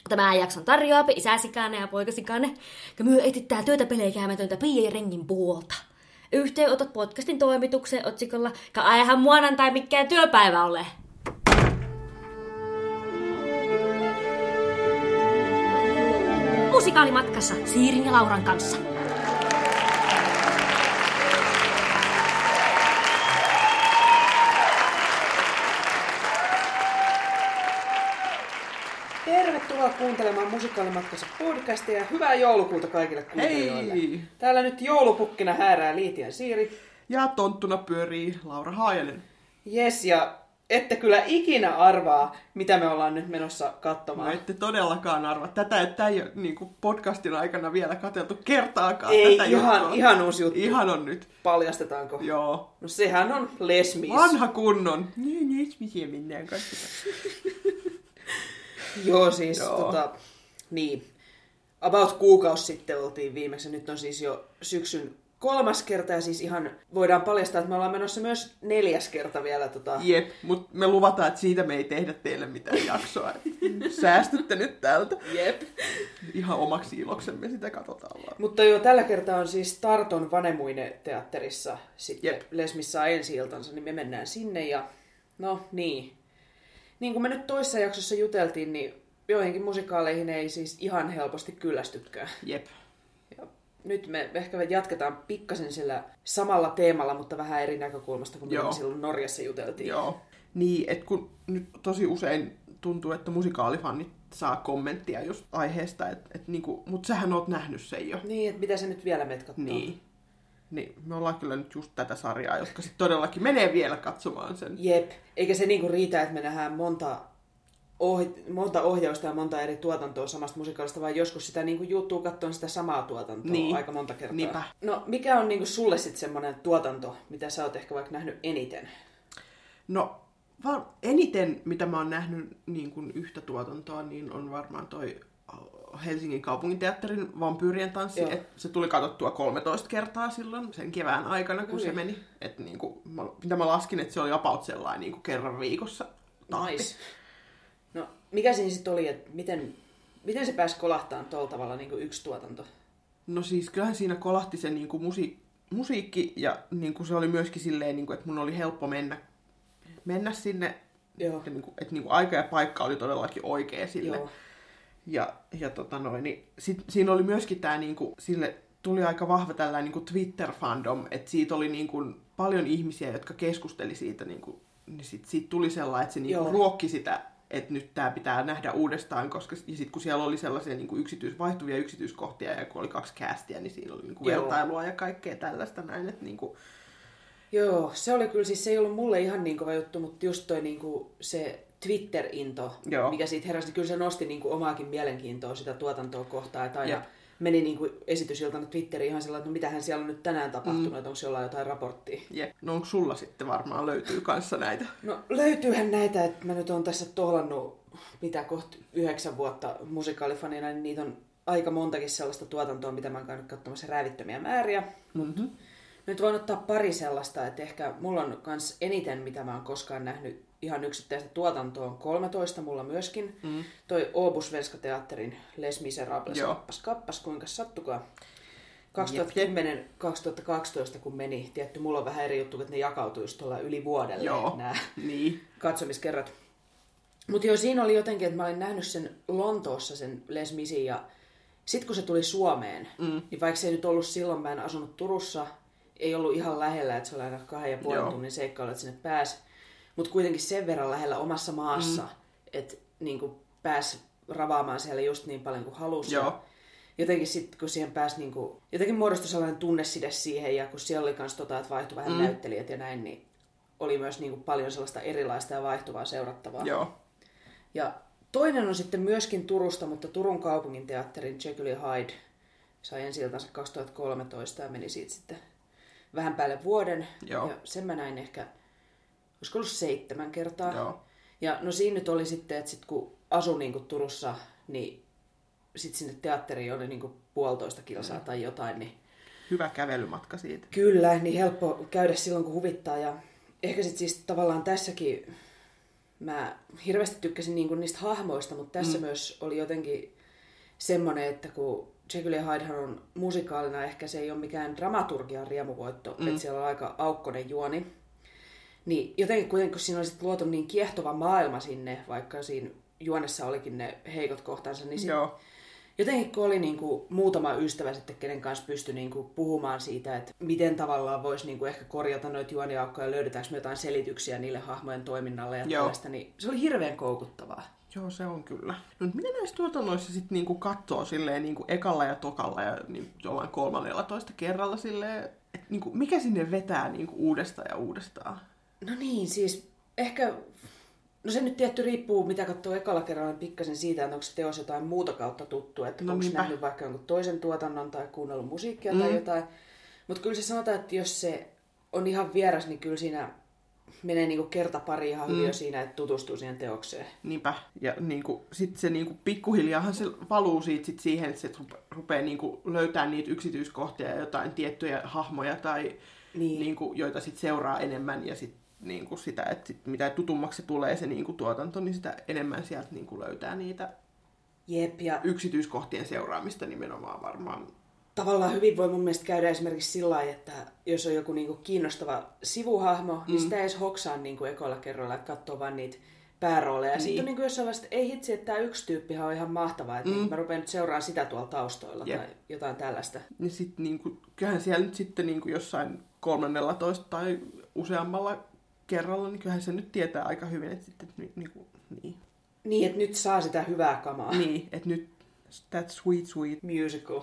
Tämän jakson tarjoaa isäsikainen ja poikasikainen, ja myö etittää työtä pelejäämätöntä Pia Rengin puolta. Yhteenotot podcastin toimitukseen otsikolla, ka aihan muonantai mikään työpäivä ole. Musikaalimatkassa Siirin ja Lauran kanssa. Tervetuloa kuuntelemaan Musikaalimatkassa podcastia ja hyvää joulukuuta kaikille kuuntelijoille. Hei! Täällä nyt joulupukkina häärää Liitian Siiri. Ja tonttuna pyörii Laura Haajanen. Jes, ja ette kyllä ikinä arvaa, mitä me ollaan nyt menossa katsomaan. No ette todellakaan arvaa. Tätä ei ole niin kuin podcastin aikana vielä katseltu kertaakaan. Ei, tätä ihan uusi juttu. Ihan on nyt. Paljastetaanko? Joo. No sehän on Les Mis. Vanha kunnon. Niin, Les Misiä mennään katsomaan. Joo, siis niin. About kuukausi sitten oltiin viimeksi. Nyt on siis jo syksyn 3. kerta ja siis ihan voidaan paljastaa, että me ollaan menossa myös 4. kerta vielä. Jep, mutta me luvataan, että siitä me ei tehdä teille mitään jaksoa. Säästytte nyt tältä. Jep. Ihan omaksi iloksemme sitä katsotaan vaan. Mutta joo, tällä kertaa on siis Tarton Vanemuine-teatterissa sitten Les Mis saa ensi-iltansa, niin me mennään sinne ja no niin. Niin kuin me nyt toisessa jaksossa juteltiin, niin joihinkin musikaaleihin ei siis ihan helposti kyllästykään. Jep. Ja nyt me ehkä jatketaan pikkasen sillä samalla teemalla, mutta vähän eri näkökulmasta, kun me silloin Norjassa juteltiin. Joo. Niin, että kun nyt tosi usein tuntuu, että musikaalifannit saa kommenttia just aiheesta, mutta sähän oot nähnyt sen jo. Niin, että mitä sä nyt vielä menet kattoo. Niin, me ollaan kyllä nyt just tätä sarjaa, jotka sitten todellakin menee vielä katsomaan sen. Jep, eikä se niinku riitä, että me nähdään monta ohjausta ja monta eri tuotantoa samasta musikaalista, vaan joskus sitä niinku juttuu katsoa sitä samaa tuotantoa aika monta kertaa. Niinpä. No, mikä on niinku sulle sitten semmoinen tuotanto, mitä sä oot ehkä vaikka nähnyt eniten? No, eniten, mitä mä oon nähnyt niin kuin yhtä tuotantoa, niin on varmaan toi Helsingin kaupunginteatterin Vampyyrien tanssi. Se tuli katsottua 13 kertaa silloin sen kevään aikana, kun se meni. Et niinku, mitä mä laskin, että se oli about sellainen niinku kerran viikossa tahti. Nice. No, mikä siinä sitten oli, että miten se pääsi kolahtaan tuolla tavalla niinku yksi tuotanto? No siis kyllähän siinä kolahti se niinku musiikki ja niinku se oli myöskin silleen, niinku, että mun oli helppo mennä sinne. Joo. Että niinku aika ja paikka oli todellakin oikea sille. Joo. Niin siinä oli myöskin tää niinku, sille tuli aika vahva tällainen niinku Twitter-fandom, että siitä oli niinku paljon ihmisiä, jotka keskusteli siitä, niinku, niin siitä tuli sellainen, että se niinku ruokki sitä, että nyt tää pitää nähdä uudestaan, koska ja sit kun siellä oli sellaisia niinku vaihtuvia yksityiskohtia ja kun oli 2 castia, niin siinä oli niinku vertailua ja kaikkea tällaista näin, että niinku. Joo, se oli kyllä, siis se ei ollut mulle ihan niin kova juttu, mutta just toi niinku se Twitter-into, mikä siitä heräsi, niin kyllä se nosti niinku omaakin mielenkiintoa sitä tuotantoa kohtaan. Ja meni niinku esitysiltana Twitteriin ihan sellainen, että no mitähän siellä on nyt tänään tapahtunut, että onko jollain jotain raporttia. Jep. No onko sulla sitten varmaan löytyy kanssa näitä? No löytyyhän näitä, että mä nyt oon tässä tohlannut kohta 9 vuotta musikaalifanina, niin niitä on aika montakin sellaista tuotantoa, mitä mä oon käynyt katsomassa räävittömiä määriä. Mm-hmm. Nyt voin ottaa pari sellaista, että ehkä mulla on kans eniten, mitä mä oon koskaan nähnyt ihan yksittäistä tuotantoa, on 13 mulla myöskin. Toi Åbo-Svenska Teatterin Les Miserables, kappas kuinka sattukaan. 2010-2012 kun meni, tietty mulla on vähän eri juttu, että ne jakautuu just tuolla yli vuodelle nämä katsomiskerrat. Mutta joo, siinä oli jotenkin, että mä olin nähnyt sen Lontoossa sen Les Misin ja sit kun se tuli Suomeen, niin vaikka se ei nyt ollut silloin, mä en asunut Turussa, ei ollut ihan lähellä, että se oli aina 2,5 tunnin seikkailu, että sinne pääsi. Mutta kuitenkin sen verran lähellä omassa maassa, että niinku pääsi ravaamaan siellä just niin paljon kuin halusi. Jotenkin sitten, kun siihen pääsi, niinku, jotenkin muodostui sellainen tunneside siihen, ja kun siellä oli myös että vaihtui vähän näyttelijät ja näin, niin oli myös niinku paljon sellaista erilaista ja vaihtuvaa seurattavaa. Joo. Ja toinen on sitten myöskin Turusta, mutta Turun kaupunginteatterin Jekyll ja Hyde sai ensi-iltansa 2013 ja meni siitä sitten vähän päälle vuoden. Ja sen mä näin ehkä, olisiko ollut 7 kertaa. Joo. Ja no siinä nyt oli sitten, että sit kun asui niin kuin Turussa, niin sitten sinne teatteriin oli niin kuin 1,5 kilsaa tai jotain. Niin hyvä kävelymatka siitä. Kyllä, niin helppo käydä silloin kun huvittaa. Ja ehkä sitten siis tavallaan tässäkin Mä hirveästi tykkäsin niinku niistä hahmoista, mutta tässä myös oli jotenkin semmoinen, että kun Jekyll ja Hydehan on musikaalina, ehkä se ei ole mikään dramaturgian riemuvoitto, että siellä on aika aukkoinen juoni. Niin jotenkin kuitenkin, kun siinä oli sit luotu niin kiehtova maailma sinne, vaikka siinä juonessa olikin ne heikot kohtansa, niin jotenkin kun oli niinku muutama ystävä sitten, kenen kanssa pystyi niinku puhumaan siitä, että miten tavallaan voisi niinku ehkä korjata noita juoniaukkoja ja löydetäänkö me jotain selityksiä niille hahmojen toiminnalle ja tällaista, niin se oli hirveän koukuttavaa. Joo, se on kyllä. No, mitä näissä tuotannoissa sitten niinku katsoo silleen niinku ekalla ja tokalla ja niin jollain 13 kerralla silleen, että niinku, mikä sinne vetää niinku uudestaan ja uudestaan? No niin, siis ehkä... No se nyt tietty riippuu, mitä katsoo ekalla kerralla, pikkasen siitä, että onko se teos jotain muuta kautta tuttu, että onko nähnyt vaikka jonkun toisen tuotannon tai kuunnellut musiikkia tai jotain. Mutta kyllä se sanotaan, että jos se on ihan vieras, niin kyllä siinä menee niinku kerta pari ihan hyvin jo siinä, että tutustuu siihen teokseen. Niinpä. Ja niinku, sitten se niinku, pikkuhiljaahan se valuu sit siihen, että se rupeaa niinku, löytämään niitä yksityiskohtia ja jotain tiettyjä hahmoja tai niinku, joita sitten seuraa enemmän ja sitten niinku sitä, että mitä tutummaksi tulee se niinku tuotanto, niin sitä enemmän sieltä niinku löytää niitä ja yksityiskohtien seuraamista nimenomaan varmaan. Tavallaan hyvin voi mun mielestä käydä esimerkiksi sillä lailla, että jos on joku niinku kiinnostava sivuhahmo, niin sitä ei edes hoksaa niinku ekoilla kerroilla, että katsoo vaan niitä päärooleja. Ja sitten on niinku jossain vaiheessa, että ei hitsi, että tämä yksi tyyppihan on ihan mahtava, että mä rupean nyt seuraamaan sitä tuolla taustoilla tai jotain tällaista. Ja sitten niinku, kyllähän siellä nyt sitten niinku jossain 13 tai useammalla kerralla, niin kyllähän se nyt tietää aika hyvin, että sitten Niin, että nyt saa sitä hyvää kamaa. Niin, että nyt that sweet musical.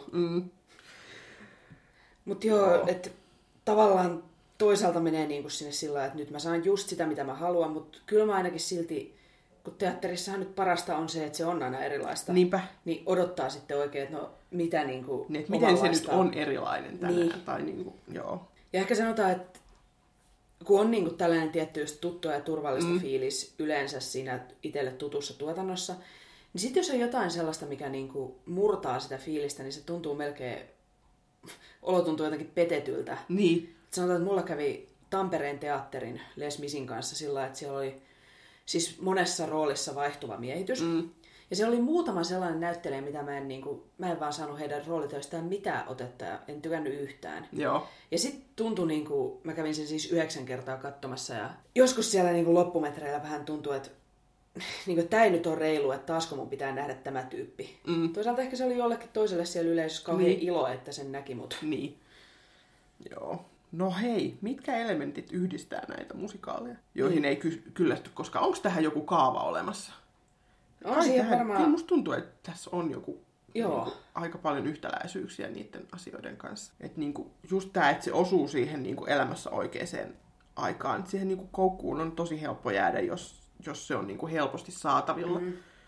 Mutta joo, että tavallaan toisaalta menee niinku sinne sillä lailla, että nyt mä saan just sitä, mitä mä haluan, mutta kyllä mä ainakin silti, kun teatterissahan nyt parasta on se, että se on aina erilaista. Niinpä. Niin odottaa sitten oikein, että no mitä niinku niin, miten se nyt on erilainen tänään. Niin. Tai niinku, joo. Ja ehkä sanotaan, että kun on niinku tällainen tietty just tuttu ja turvallista fiilis yleensä siinä itselle tutussa tuotannossa, niin sitten jos on jotain sellaista, mikä niinku murtaa sitä fiilistä, niin se tuntuu melkein, olo tuntuu jotenkin petetyltä. Niin. Sanotaan, että mulla kävi Tampereen teatterin Les Misin kanssa sillä lailla, että siellä oli siis monessa roolissa vaihtuva miehitys. Ja siellä oli muutama sellainen näyttelijä, mitä mä en vaan saanut heidän rooliteoistaan mitään otetta ja en tykännyt yhtään. Joo. Ja sitten tuntui, mä kävin sen siis 9 kertaa katsomassa ja joskus siellä loppumetreillä vähän tuntui, että tämä ei nyt ole reilu, että taasko mun pitää nähdä tämä tyyppi. Toisaalta ehkä se oli jollekin toiselle siellä yleisössä kauhean ilo, että sen näki mut. Niin. Joo. No hei, mitkä elementit yhdistää näitä musikaaleja, joihin ei kyllästy, koska onko tähän joku kaava olemassa? On siihen varmaan... Kyllä musta tuntuu, että tässä on joku niinku, aika paljon yhtäläisyyksiä niiden asioiden kanssa. Että niinku, just tämä, että se osuu siihen niinku, elämässä oikeaan aikaan. Että siihen niinku, koukkuun on tosi helppo jäädä, jos se on niinku, helposti saatavilla.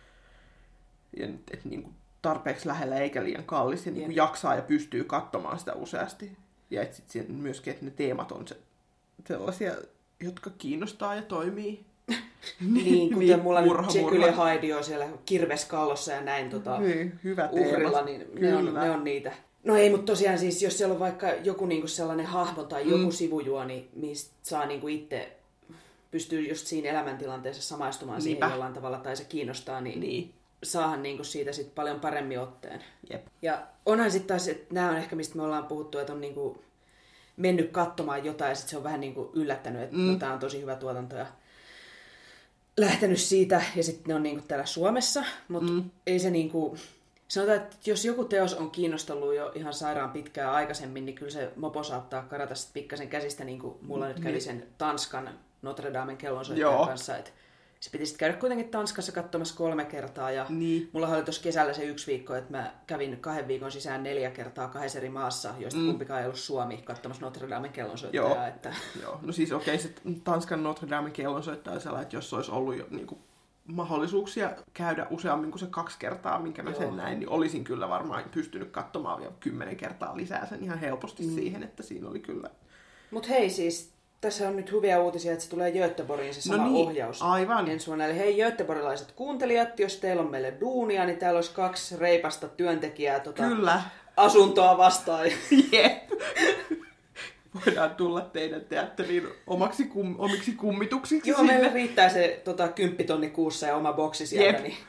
Ja että niinku, tarpeeksi lähellä eikä liian kallis. Ja niinku, jaksaa ja pystyy katsomaan sitä useasti. Ja että sitten myöskin, että ne teemat on sellaisia, jotka kiinnostaa ja toimii. Niin, kuten mulla nyt Jekyll ja Hyde on siellä kirveskallossa ja näin hyvä uhrilla, niin ne on niitä. No ei, mutta tosiaan siis, jos siellä on vaikka joku niinku sellainen hahmo tai joku sivujuoni, mistä saa niinku itse, pystyy just siinä elämäntilanteessa samaistumaan siihen jollain tavalla tai se kiinnostaa, niin. Saahan niinku siitä sit paljon paremmin otteen. Jep. Ja onhan sitten taas, että nämä on ehkä mistä me ollaan puhuttu, että on niinku mennyt katsomaan jotain ja sitten se on vähän niinku yllättänyt, että no, tämä on tosi hyvä tuotanto ja lähtenyt siitä, ja sitten ne on niinku täällä Suomessa, mutta ei se niinku... Sanotaan, että jos joku teos on kiinnostellut jo ihan sairaan pitkään aikaisemmin, niin kyllä se mopo saattaa karata sitten pikkasen käsistä, niin kuin mulla nyt kävi sen Tanskan Notre Damen kellonsoittajan kanssa, että se piti sitten käydä kuitenkin Tanskassa katsomassa 3 kertaa, ja mulla oli tuossa kesällä se 1 viikko, että mä kävin 2 viikon sisään 4 kertaa 2 eri maassa, joista kumpikaan ei ollut Suomi katsomassa Notre Damen kellonsoittajaa. Että... Joo, no siis okei, se Tanskan Notre Damen kellonsoittaja on sellainen, että jos olisi ollut jo niinku mahdollisuuksia käydä useammin kuin se 2 kertaa, minkä mä sen näin, niin olisin kyllä varmaan pystynyt katsomaan vielä 10 kertaa lisää sen ihan helposti siihen, että siinä oli kyllä... Mut hei siis, tässä on nyt hyviä uutisia, että se tulee Göteborgiin se sama ohjaus. Aivan. Ensi vuonna. Eli hei göteborgilaiset kuuntelijat, jos teillä on meille duunia, niin täällä olisi 2 reipasta työntekijää kyllä. Asuntoa vastaan. Jep. voidaan tulla teidän teatteriin omiksi kummituksiksi. Joo, meillä riittää se 10 000 kuussa ja oma boksi sieltä, niin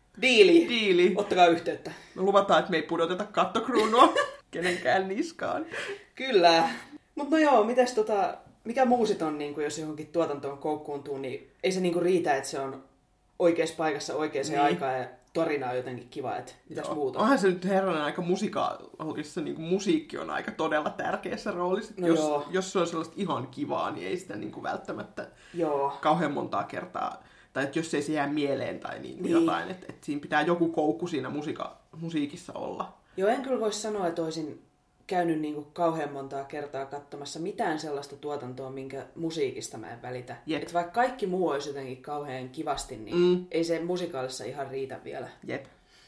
diili. Ottakaa yhteyttä. Me luvataan, että me ei pudoteta kattokruunua kenenkään niskaan. Kyllä. Mutta no joo, mitäs mikä muu sit on, niin jos johonkin tuotantoon koukkuuntuu, niin ei se niin riitä, että se on oikeassa paikassa oikeaan aikaan ja tarina on jotenkin kiva, että mitäs muuta. Onhan se nyt herranen aika musikaalissa, niin musiikki on aika todella tärkeässä roolissa. No jos se on sellaista ihan kivaa, niin ei sitä niin välttämättä kauhean montaa kertaa, tai että jos ei se jää mieleen tai niin. Jotain, että siinä pitää joku koukku siinä musiikissa olla. Joo, en kyllä voi sanoa, että olisin käynyt niin kauhean montaa kertaa katsomassa mitään sellaista tuotantoa, minkä musiikista mä en välitä. Että vaikka kaikki muu olisi jotenkin kauhean kivasti, niin ei se musikaalissa ihan riitä vielä. Jep.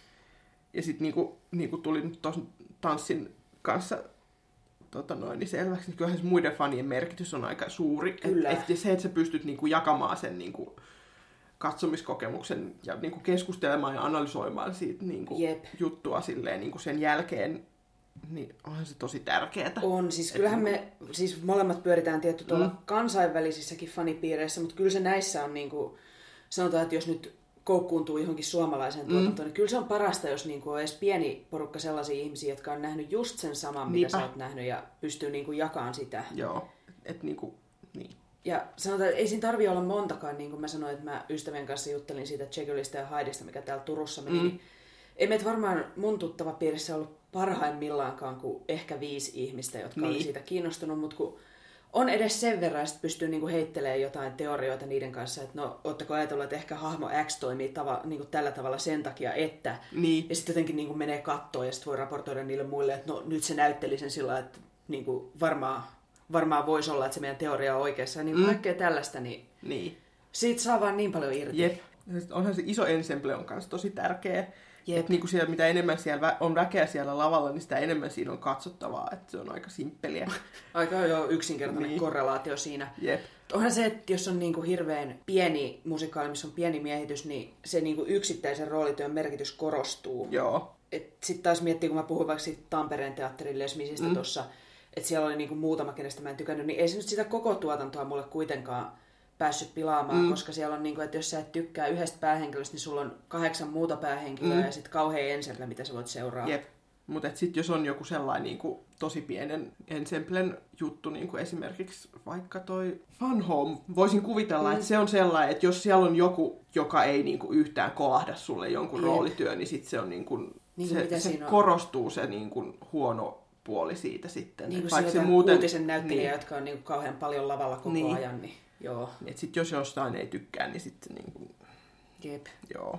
Ja sitten niinku tuli nyt tuossa tanssin kanssa niin selväksi, niin kyllähän se muiden fanien merkitys on aika suuri. Kyllä. Et se, että sä pystyt niinku jakamaan sen niinku katsomiskokemuksen ja niinku keskustelemaan ja analysoimaan siitä niinku juttua silleen, niinku sen jälkeen, niin onhan se tosi tärkeää. On, siis kyllähän me siis molemmat pyöritään tietty tuolla kansainvälisissäkin fanipiireissä, mutta kyllä se näissä on niinku, sanotaan, että jos nyt koukkuuntuu johonkin suomalaiseen tuotantoon, niin kyllä se on parasta, jos niinku on edes pieni porukka sellaisia ihmisiä, jotka on nähnyt just sen saman, mitä sä oot nähnyt, ja pystyy niinku jakamaan sitä. Joo, että niinku, niin. Ja sanotaan, että ei siinä tarvitse olla montakaan, niin kuin mä sanoin, että mä ystävien kanssa juttelin siitä Jekyllistä ja Hydesta, mikä täällä Turussa meni, niin ei meitä varmaan mun tuttava piirissä ollut parhaimmillaankaan kuin ehkä 5 ihmistä, jotka oli siitä kiinnostunut, mutta kun on edes sen verran, että pystyy niinku heittelemään jotain teorioita niiden kanssa, että no, ootteko ajatellut, että ehkä hahmo X toimii niinku tällä tavalla sen takia, että... Niin. Ja sitten jotenkin niinku menee kattoon ja sitten voi raportoida niille muille, että no nyt se näytteli sen sillä, että niinku varmaan voisi olla, että se meidän teoria on oikeassa. Ja niin kaikkea tällaista, niin siitä saa vaan niin paljon irti. Jep. Onhan se iso ensemble on kanssa tosi tärkeä. Että niinku siellä, mitä enemmän siellä on väkeä siellä lavalla, niin sitä enemmän siinä on katsottavaa. Että se on aika simppeliä. Aika yksinkertainen korrelaatio siinä. Jep. Onhan se, että jos on niinku hirveän pieni musikaali, missä on pieni miehitys, niin se niinku yksittäisen roolityön merkitys korostuu. Joo. Sitten taas miettii, kun mä puhuin vaikka siitä Tampereen teatterin Les Misistä tuossa, että siellä oli niinku muutama, kenestä mä en tykännyt, niin ei se nyt sitä koko tuotantoa mulle kuitenkaan päässyt pilaamaan, koska siellä on, niinku, että jos sä et tykkää yhdestä päähenkilöstä, niin sulla on 8 muuta päähenkilöä ja sitten kauhean ensemble, mitä sä voit seuraa. Jep. Mutta sitten jos on joku sellainen niinku, tosi pienen ensemblen juttu, niinku esimerkiksi vaikka toi Fun Home, voisin kuvitella, että se on sellainen, että jos siellä on joku, joka ei niinku, yhtään kolahda sulle jonkun roolityö, niin sitten se on niinku, se korostuu se niinku, huono puoli siitä sitten. Niin kuin se muuten uutisen näyttelijä, jotka on niinku, kauhean paljon lavalla koko ajan, niin joo. Et sit jos jostain ei tykkää, niin sitten niinku... Jep. Joo.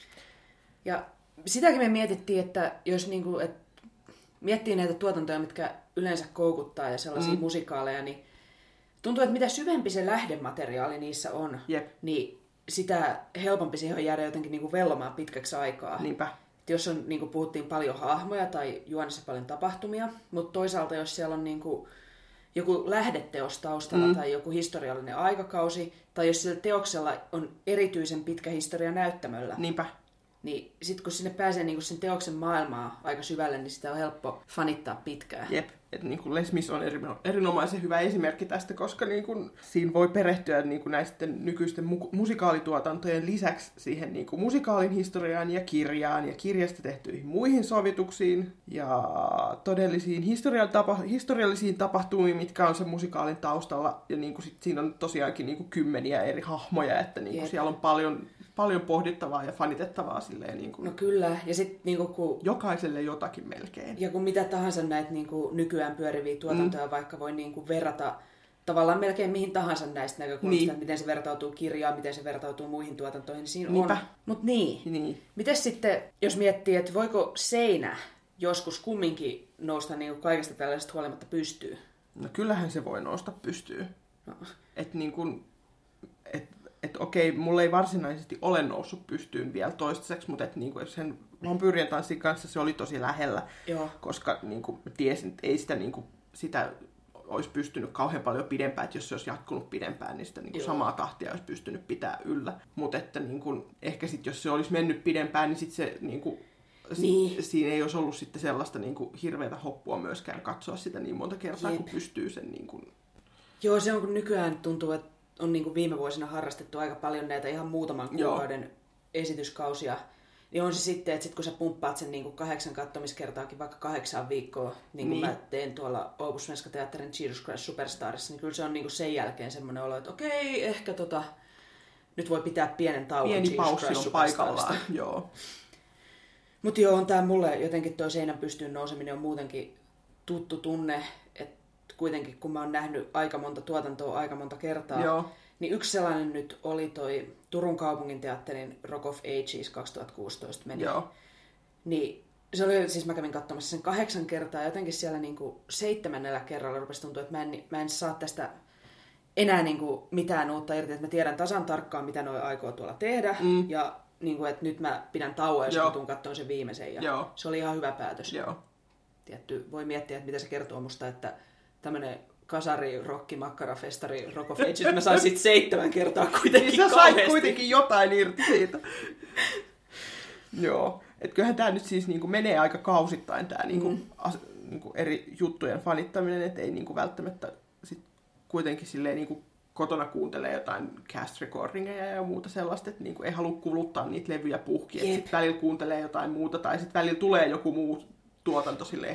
Ja sitäkin me mietittiin, että jos niinku, miettii näitä tuotantoja, mitkä yleensä koukuttaa ja sellaisia musikaaleja, niin tuntuu, että mitä syvempi se lähdemateriaali niissä on, niin sitä helpompi siihen on jäädä jotenkin niinku vellomaan pitkäksi aikaa. Niinpä. Jos on, niin kuin puhuttiin, paljon hahmoja tai juonissa paljon tapahtumia, mutta toisaalta jos siellä on niinku joku lähdeteos taustalla tai joku historiallinen aikakausi, tai jos sillä teoksella on erityisen pitkä historia näyttämöllä, niin sitten kun sinne pääsee niinku sen teoksen maailmaa aika syvälle, niin sitä on helppo fanittaa pitkään. Jep, että niinku Les Mis on erinomaisen hyvä esimerkki tästä, koska niinku siinä voi perehtyä niinku näisten nykyisten musikaalituotantojen lisäksi siihen niinku musikaalin historiaan ja kirjaan ja kirjasta tehtyihin muihin sovituksiin ja todellisiin historiallisiin tapahtumiin, mitkä on sen musikaalin taustalla. Ja niinku sit siinä on tosiaankin niinku 10 eri hahmoja, että niinku siellä on paljon pohdittavaa ja fanitettavaa silleen niinku. No kyllä, ja sitten niinku jokaiselle jotakin melkein. Ja kun mitä tahansa näitä niinku nykyään pyöriviä tuotantoja vaikka voi niinku verrata tavallaan melkein mihin tahansa näistä näkökulmista, että miten se vertautuu kirjaan, miten se vertautuu muihin tuotantoihin, niin siinä on. Mut niin. Mites sitten, jos miettii, että voiko seinä joskus kumminkin nousta niinku kaikesta tällaisesta huolimatta pystyyn? No kyllähän se voi nousta pystyyn. No. Että niinku, okei, mulla ei varsinaisesti ole noussut pystyyn vielä toistaiseksi, mutta niinku sen Vampyyrien tanssin kanssa se oli tosi lähellä, koska niinku, tiesin, että ei sitä, niinku, sitä olisi pystynyt kauhean paljon pidempään, että jos se olisi jatkunut pidempään, niin sitä niinku, samaa tahtia olisi pystynyt pitää yllä. Mutta että niinku, ehkä sitten jos se olisi mennyt pidempään, niin sitten se niinku, siinä ei olisi ollut sitten sellaista niin kuin hirveätä hoppua myöskään katsoa sitä niin monta kertaa, kun pystyy sen niin kuin... Joo, se on kun nykyään tuntuu, että on niin kuin viime vuosina harrastettu aika paljon näitä ihan muutaman kuukauden esityskausia. Niin on se sitten, että sit kun sä pumppaat sen niin kuin 8 kattomiskertaakin vaikka 8 viikkoa, niin kuin mä teen tuolla Åbo Svenska Teatterin Jesus Christ Superstarissa, niin kyllä se on niin kuin sen jälkeen semmoinen olo, että okei, ehkä nyt voi pitää pienen tauon pieni Jesus paussi Christ on paikallaan, joo. Mutta joo, on tää mulle jotenkin toi seinän pystyyn nouseminen on muutenkin tuttu tunne, että kuitenkin kun mä oon nähnyt aika monta tuotantoa aika monta kertaa, niin yksi sellainen nyt oli toi Turun kaupunginteatterin Rock of Ages 2016 meni. Joo. Niin se oli, siis mä kävin katsomassa sen 8 kertaa, jotenkin siellä niinku 7. kerralla rupesi tuntua, että mä en saa tästä enää niinku mitään uutta irti, että mä tiedän tasan tarkkaan, mitä noi aikoo tuolla tehdä, ja niinku, että nyt mä pidän tauon, jos mä tuun katsomaan sen viimeisen, ja se oli ihan hyvä päätös. Tietty, voi miettiä, että mitä se kertoo musta, että tämmönen kasari, rokki, makkara, festari, Rock of Ages, mä sain sit 7 kertaa kuitenkin niin sä sait kuitenkin jotain irti siitä. Joo. Et kyllähän tää nyt siis niinku menee aika kausittain tää niinku eri juttujen fanittaminen, et ei niinku välttämättä sit kuitenkin silleen niinku kotona kuuntelee jotain cast recordingeja ja muuta sellaista, että niinku ei halua kuluttaa niitä levyjä puhki, että sit välillä kuuntelee jotain muuta tai sit välillä tulee joku muu tuotanto silleen,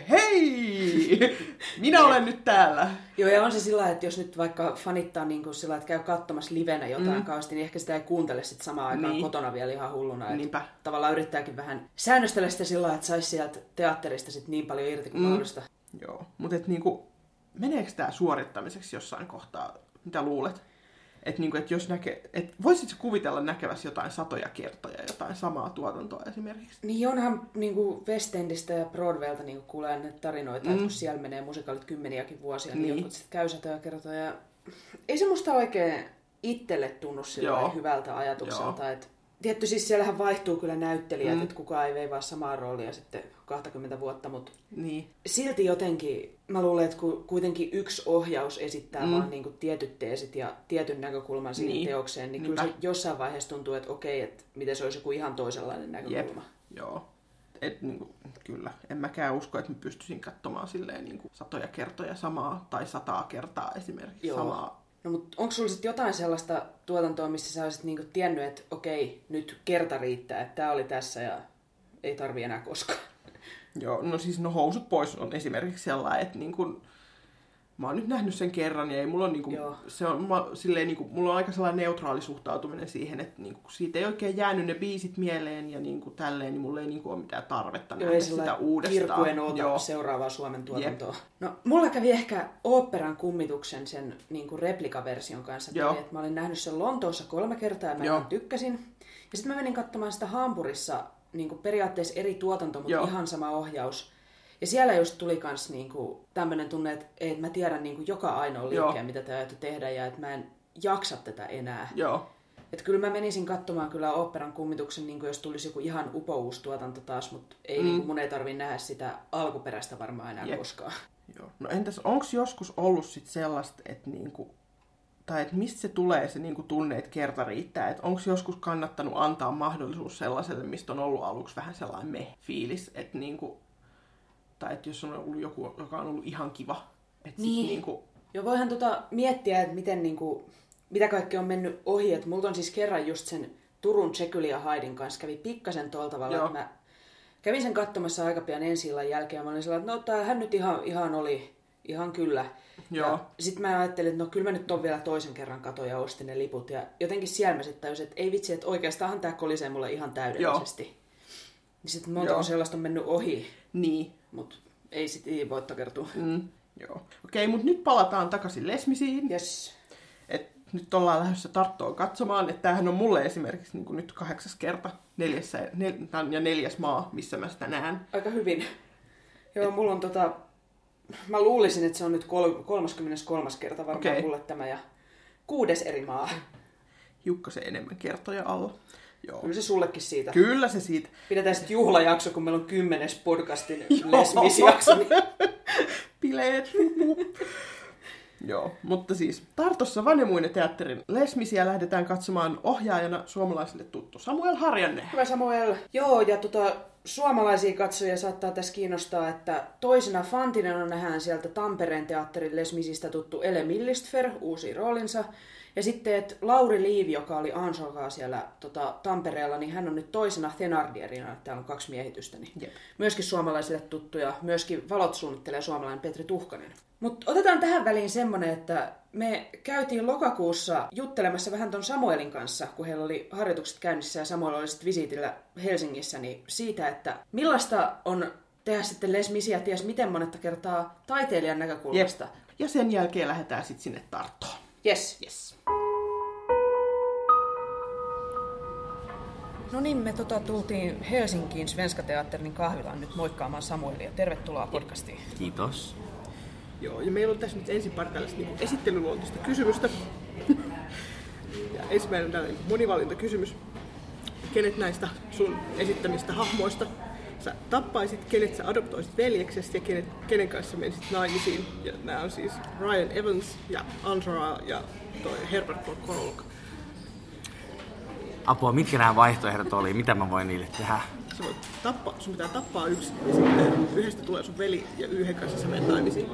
hei, minä olen nyt täällä. Joo, ja on se sillä että jos nyt vaikka fanittaa niin kuin sillä että käy katsomassa livenä jotain kauheasti, niin ehkä sitä ei kuuntele sit samaan aikaan kotona vielä ihan hulluna. Niinpä. Tavallaan yrittääkin vähän säännöstellä sitä sillä että saisi sieltä teatterista sit niin paljon irti kuin mahdollista. Joo, mutta niinku, meneekö tää suorittamiseksi jossain kohtaa? Mitä luulet? Että et jos voisitko kuvitella näkeväsi jotain satoja kertoja, jotain samaa tuotantoa esimerkiksi? Niin onhan niinku West Endistä ja Broadwaylta niinku kuulee näitä tarinoita, että kun siellä menee musikaalit kymmeniäkin vuosia, niin jotkut sitten käy satoja kertoja. Ei se musta oikein itselle tunnu hyvältä ajatukselta. Et, tietty siis siellähän vaihtuu kyllä näyttelijät, että kukaan ei veivaa samaa roolia sitten 20 vuotta, mutta silti jotenkin mä luulen, että kuitenkin yksi ohjaus esittää vaan niinku tietyt teesit ja tietyn näkökulman siihen teokseen, niin kyllä se jossain vaiheessa tuntuu, että okei, että miten se olisi joku ihan toisenlainen näkökulma. Joo. Niinku, kyllä. En mäkään usko, että mä pystyisin katsomaan silleen niinku satoja kertoja samaa tai 100 kertaa esimerkiksi samaa. No mutta onko sulla sitten jotain sellaista tuotantoa, missä sä olisit niinku tiennyt, että okei, nyt kerta riittää, että tää oli tässä ja ei tarvi enää koskaan? Joo, no siis Housut pois on esimerkiksi sellainen, että niinku, mä oon nyt nähnyt sen kerran ja ei mulla on niinku, se on, silleen, niinku, mulla on aika sellainen neutraali suhtautuminen siihen, että niinku, siitä ei oikein jäänyt ne biisit mieleen ja niinku, tälleen, niin mulla ei niinku, ole mitään tarvetta nähdä sitä uudestaan. Kirkuen oota seuraavaa Suomen tuotantoa. No, mulla kävi ehkä oopperan kummituksen sen niinku, replikaversion kanssa. Mä olin nähnyt sen Lontoossa 3 kertaa ja mä ihan tykkäsin. Ja sitten mä menin katsomaan sitä Hampurissa niinku, periaatteessa eri tuotanto, mutta ihan sama ohjaus. Ja siellä just tuli kans niinku tämmönen tunne, että mä tiedän niinku joka ainoa liikkeen, mitä te ajatte tehdä, ja että mä en jaksa tätä enää. Että kyllä mä menisin katsomaan kyllä oopperan kummituksen, niinku jos tulisi joku ihan upouus tuotanto taas, mutta ei, niinku, mun ei tarvii nähdä sitä alkuperäistä varmaan enää koskaan. Joo. No entäs onks joskus ollut sit sellaista, että niinku, tai että mistä se tulee se niinku tunne, että kerta riittää? Että onko joskus kannattanut antaa mahdollisuus sellaiselle, mistä on ollut aluksi vähän sellainen fiilis, että niinku, tai että jos on ollut joku, joka on ollut ihan kiva. Että niin. Niinku... Joo, voihan miettiä, että miten, niinku, mitä kaikki on mennyt ohi. Et multa on siis kerran just sen Turun Jekyll ja Haidin kanssa kävi pikkasen tuolla tavalla, että mä kävin sen katsomassa aika pian ensi illan jälkeen ja mä olin sellainen, että no tämähän nyt ihan oli, ihan kyllä. Ja sitten mä ajattelin, että no kyllä mä nyt on vielä toisen kerran katoin ja ostin ne liput. Ja jotenkin siellä mä sitten tajusin, että ei vitsi, että oikeastaan tämä kolisee mulle ihan täydellisesti. Niin sitten montako sellaista on mennyt ohi. Niin. Mutta ei sitten voi takertua. Joo. Okei, mutta nyt palataan takaisin Les Miseen. Yes. Et nyt ollaan lähdössä Tarttoon katsomaan. Että tämähän on mulle esimerkiksi niin nyt 8. kerta 4. maa, missä mä sitä näen. Aika hyvin. Joo, mulla on mä luulisin, että se on nyt 33. kerta varmaan mulle tämä ja 6. eri maa. Hiukkasen enemmän kertoja alla. Joo. Kyllä se sullekin siitä. Kyllä se siitä. Pidetään sitten juhlajakso, kun meillä on 10. podcastin Les Mis-jakso. Bileet. Joo, mutta siis Tartossa Vanemuine teatterin Les Misiä lähdetään katsomaan ohjaajana suomalaisille tuttu Samuel Harjanne. Hyvä Samuel. Joo, ja suomalaisia katsojia saattaa tässä kiinnostaa, että toisena fantinena nähdään sieltä Tampereen teatterin Les Misistä tuttu Ele Millistfer, uusi roolinsa. Ja sitten, että Lauri Liivi, joka oli Ansokaa siellä Tampereella, niin hän on nyt toisena Thenardierina, että täällä on 2 miehitystä. Niin myöskin suomalaisille tuttuja, myöskin valot suunnittelee suomalainen Petri Tuhkanen. Mutta otetaan tähän väliin semmonen, että me käytiin lokakuussa juttelemassa vähän ton Samuelin kanssa, kun heillä oli harjoitukset käynnissä ja Samuel oli sitten visiitillä Helsingissä, niin siitä, että millaista on tehdä sitten Les Misiä ties miten monetta kertaa taiteilijan näkökulmasta. Jep. Ja sen jälkeen lähdetään sitten sinne Tarttoon. Yes. No niin, me tultiin Helsinkiin Svenska Teatterin kahvilaan nyt moikkaamaan Samuelia. Tervetuloa podcastiin. Kiitos. Joo, ja meillä on tässä nyt ensin pari tällaista niin esittelyluontoista kysymystä. Ja ensimmäinen on tällainen monivalintakysymys. Kenet näistä sun esittämistä hahmoista sä tappaisit, kenet sä adoptoisit veljeksesi ja kenen kanssa menisit naimisiin? Ja nämä on siis Ryan Evans ja Angela ja toi Herbert von Korolik. Apua, mitkä nämä vaihtoehdot oli? Mitä mä voin niille tehdä? Sun pitää tappaa yksi ja sitten yhdestä tulee sun veli ja yhden kanssa sä menet naimisiin.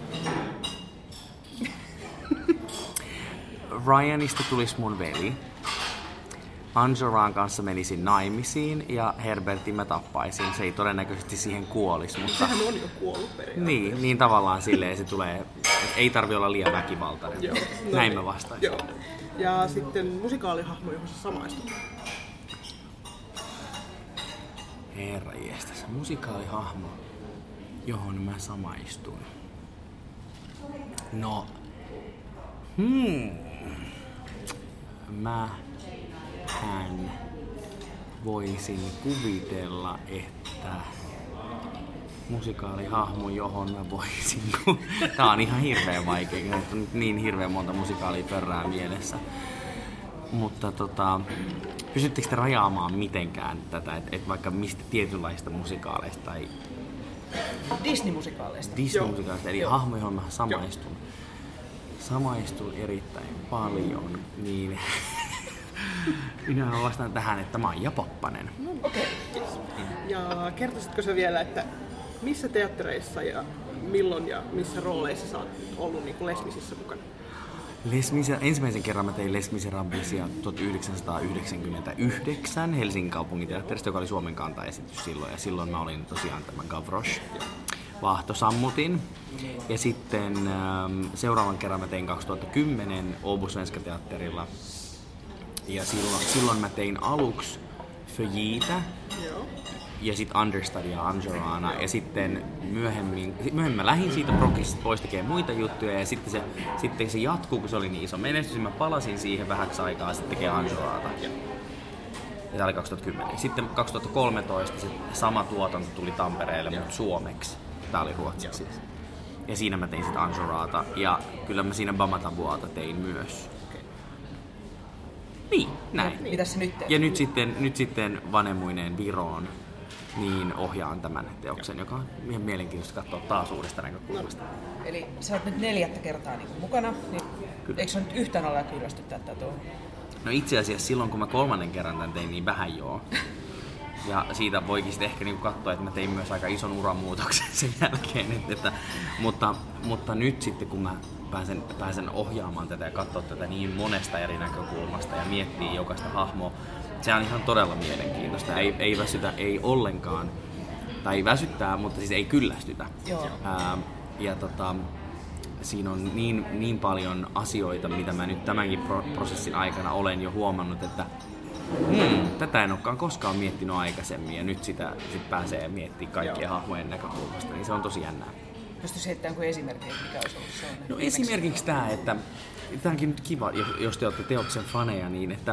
Ryanista tulisi mun veli. Angelaan kanssa menisin naimisiin ja Herbertin mä tappaisin. Se ei todennäköisesti siihen kuolisi, mutta... Sehän on jo kuollut periaatteessa. Niin tavallaan silleen se tulee... Ei tarvi olla liian väkivaltainen. Joo, näin mä vastaisin. Joo. Ja sitten musikaalihahmo, johon sä samaistut. Herranjestas, musikaalihahmo, johon mä samaistun. No... Mähän voisin kuvitella, että musikaalihahmo, johon mä voisin... Tää on ihan hirveän vaikea, kun on niin hirveän monta musikaalia pörrää mielessä. Mutta pystyttekö te rajaamaan mitenkään tätä, että vaikka mistä tietynlaista musikaaleista tai... Disney-musikaaleista. Disney-musikaaleista, eli hahmo, johon mä samaistun erittäin paljon, niin... Minä vastaan tähän, että Maija Poppanen. Okei. Ja kertoisitko sä vielä, että missä teattereissa ja milloin ja missä rooleissa sä oot ollut niin kuin Les Misissa mukana? Ensimmäisen kerran mä tein Les Miserablesia 1999 Helsingin kaupunginteatterista, joka oli Suomen kantaesitys silloin. Ja silloin mä olin tosiaan tämän Gavroche vaahtosammutin. Ja sitten seuraavan kerran mä tein 2010 Åbo Svenska Teatterilla. Ja silloin mä tein aluksi Feuillita ja sitten Understudia Angelana. Ja sitten myöhemmin mä lähdin siitä prokista pois tekemään muita juttuja. Ja sitten se jatkuu, kun se oli niin iso menestys. Mä palasin siihen vähäksi aikaa sitten tekemään Angelata. Ja tää oli 2010. Sitten 2013 se sama tuotanto tuli Tampereelle, mutta suomeksi. Tää oli ruotsiksi. Ja siinä mä tein sitten Angelata. Ja kyllä mä siinä Bamatabuata tein myös. Niin, näin. Mitäs se nyt teet? Ja nyt sitten vanhemmuineen Viroon niin ohjaan tämän teoksen, joka on ihan mielenkiintoista katsoa taas uudesta näkökulmasta. Eli sä oot nyt 4. kertaa niin mukana, niin eikö se nyt yhtään olla kyllästyttää tätä tuohon? No itse asiassa silloin, kun mä 3. kerran tämän tein, niin vähän joo. Ja siitä voikin sitten ehkä niin katsoa, että mä tein myös aika ison uramuutoksen sen jälkeen. Mutta nyt sitten, kun mä pääsen ohjaamaan tätä ja katsoa tätä niin monesta eri näkökulmasta ja miettiä jokaista hahmoa, se on ihan todella mielenkiintoista. Ei väsytä, ei ollenkaan, tai väsyttää, mutta siis ei kyllästytä. Joo. Siinä on niin paljon asioita, mitä mä nyt tämänkin prosessin aikana olen jo huomannut, että tätä en olekaan koskaan miettinyt aikaisemmin ja nyt sitä pääsee miettimään kaikkien hahmojen näkökulmasta, niin se on tosi jännää. Pystyisi heittämään kuin esimerkkiä, mikä olisi ollut sellainen? No esimerkiksi tämä, että tämä onkin nyt kiva, jos te olette teoksen faneja, niin että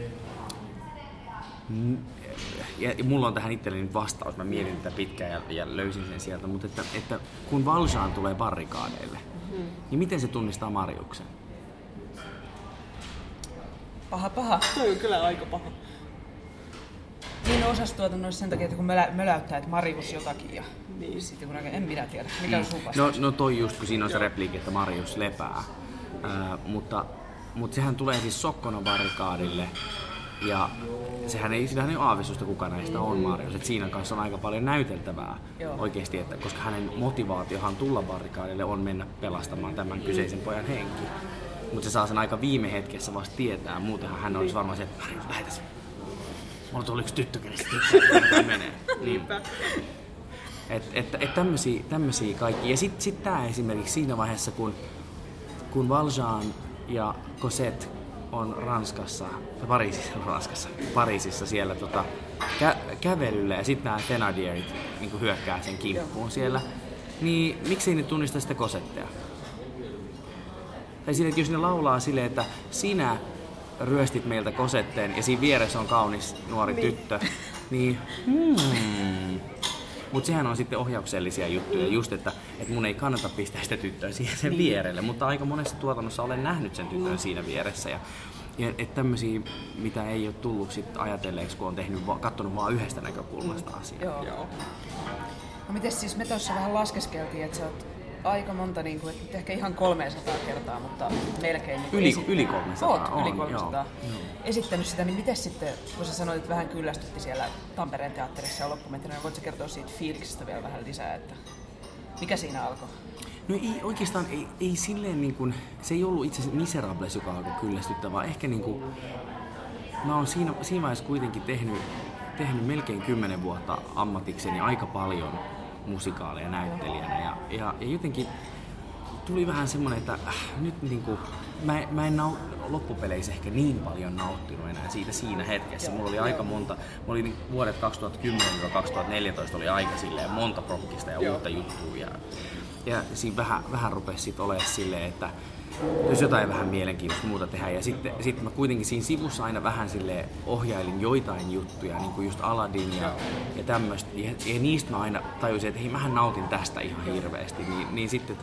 ja mulla on tähän itselleni nyt vastaus, mä mietin tätä pitkään ja löysin sen sieltä, mutta että kun Valjean tulee barrikaadeille, niin miten se tunnistaa Mariuksen? Paha. Toi on kyllä aika paha. Niin osastuotannoissa sen takia, että kun möläyttää, että Marius jotakin ja niin. Sitten kun en minä tiedä. Mikä on sun vastaus? No toi just, kun siinä on se repliikki, että Marius lepää. Mutta sehän tulee siis sokkona barrikaadille ja sillähän ei ole aavistusta, kuka näistä on Marius. Et siinä kanssa on aika paljon näyteltävää oikeasti, että koska hänen motivaatiohan tulla barrikaadille on mennä pelastamaan tämän kyseisen pojan henki. Mutta se saa sen aika viime hetkessä vasta tietää, muutenhan hän olisi varmaan se, että Marius, lähetäs. Mulla tuli yksi tyttö, kenellä tyttö menee. Niinpä. Että tämmösiä kaikki. Ja sit tää esimerkiksi siinä vaiheessa, kun Valjean ja Cosette on Pariisissa siellä kävelyllä ja sitten nämä Thénardierit niin hyökkää sen kimppuun siellä, niin miksei ne tunnista sitä Cosettea? Tai siinä, että jos ne laulaa silleen, että sinä ryöstit meiltä Cosetteen ja siinä vieressä on kaunis nuori tyttö, niin Mutta sehän on sitten ohjauksellisia juttuja, just että mun ei kannata pistää sitä tyttöä siihen sen vierelle, mutta aika monessa tuotannossa olen nähnyt sen tytön siinä vieressä. Ja että tämmöisiä, mitä ei ole tullut sit ajatelleeksi, kun on katsonut vaan yhdestä näkökulmasta asiaa. Joo. No mites siis me tuossa vähän laskeskeltiin, että sä oot aika monta, niin kuin, että ehkä ihan 300 kertaa, mutta melkein... Niin yli 300. Oot yli 300. Esittänyt sitä, niin miten sitten, kun sä sanoit, että vähän kyllästytti siellä Tampereen teatterissa ja loppumetrinä, niin voitko sä kertoa siitä fiiliksestä vielä vähän lisää, että mikä siinä alkoi? No ei oikeastaan, ei silleen niin kuin, se ei ollut itse asiassa Miserables, joka alkoi kyllästyttää, vaan ehkä niin kuin, mä oon siinä vaiheessa kuitenkin tehnyt melkein 10 vuotta ammatikseni aika paljon musikaaleja näyttelijänä ja jotenkin tuli vähän semmoinen, että nyt niinku, mä en loppupeleissä ehkä niin paljon nauttinut enää siitä siinä hetkessä. Mulla oli aika monta, vuodet 2010-2014 oli aika silleen monta prokkista ja uutta juttua ja siinä vähän rupesi sit olemaan silleen, että jos jotain vähän mielenkiintoista muuta tehdä. Ja sitten mä kuitenkin siinä sivussa aina vähän silleen ohjailin joitain juttuja, niin kuin just Aladdin ja tämmöistä. Ja niistä mä aina tajusin, että hei, mähän nautin tästä ihan hirveästi. Niin sitten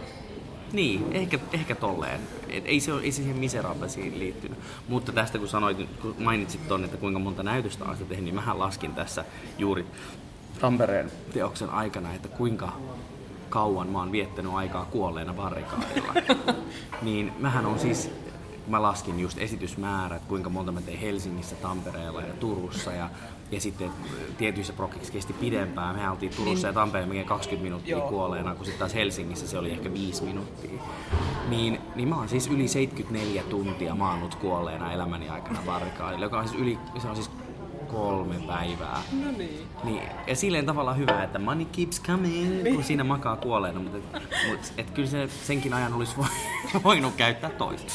niin, ehkä tolleen. Ei se siihen Miserablesiin liittynyt. Mutta tästä kun mainitsit ton, että kuinka monta näytöstä on tehnyt, niin mähän laskin tässä juuri Tampereen teoksen aikana, että kuinka kauan mä oon viettänyt aikaa kuolleena barrikaadilla. Niin mähän on siis, mä laskin just esitysmäärät, kuinka monta mä tein Helsingissä, Tampereella ja Turussa ja sitten tietyissä prokkiksi kesti pidempään. Mehän oltiin Turussa ja Tampereella melkein 20 minuuttia kuolleena, kun sitten taas Helsingissä se oli ehkä 5 minuuttia. Niin mä oon siis yli 74 tuntia maannut kuolleena elämäni aikana barrikaadilla, joka on siis se on siis 3 päivää. No niin. Ja silleen tavallaan hyvä, että money keeps coming, kun siinä makaa kuolleena, mutta kyllä senkin ajan olisi voinut käyttää toisin.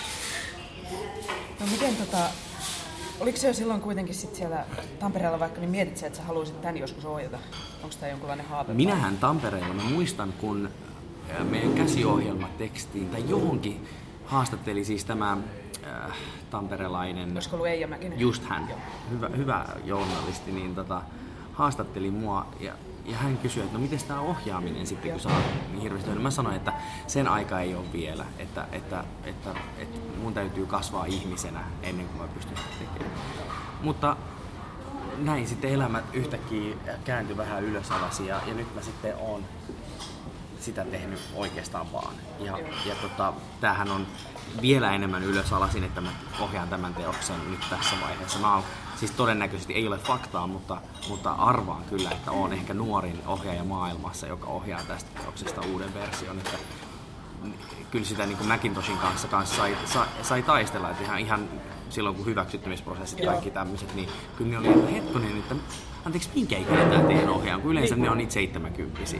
No miten oliko se jo silloin kuitenkin sit siellä Tampereella vaikka, niin mietit sä, että sä haluaisit tän joskus ohjata? Onko tää jonkunlainen haave? Minähän Tampereella, mä muistan, kun meidän käsiohjelmatekstiin tai johonkin haastatteli siis tämä tamperelainen... Olisiko ollut Eija Mäkinen? Just hän. Hyvä journalisti, niin haastatteli mua ja hän kysyi, että no miten tämä ohjaaminen sitten, kun saa niin hirveästi. Mä sanoin, että sen aika ei ole vielä, että mun täytyy kasvaa ihmisenä ennen kuin mä pystyn sitä tekemään. Mutta näin sitten elämät yhtäkkiä kääntyi vähän ylös alas ja nyt mä sitten oon sitä tehnyt oikeastaan vaan. Ja tämähän on vielä enemmän ylösalasin, että mä ohjaan tämän teoksen nyt tässä vaiheessa. Mä oon, siis todennäköisesti ei ole faktaa, mutta arvaan kyllä, että oon ehkä nuorin ohjaaja maailmassa, joka ohjaa tästä teoksesta uuden version. Että kyllä sitä niin kuin Macintoshin kanssa sai taistella, että ihan silloin kun hyväksyttämisprosessit ja kaikki tämmöiset, niin kyllä ne oli, että hetkonen, että anteeksi, minkä ikäinen tämä teidän ohjaan, kun yleensä ne on niitä 70-vuotiaita.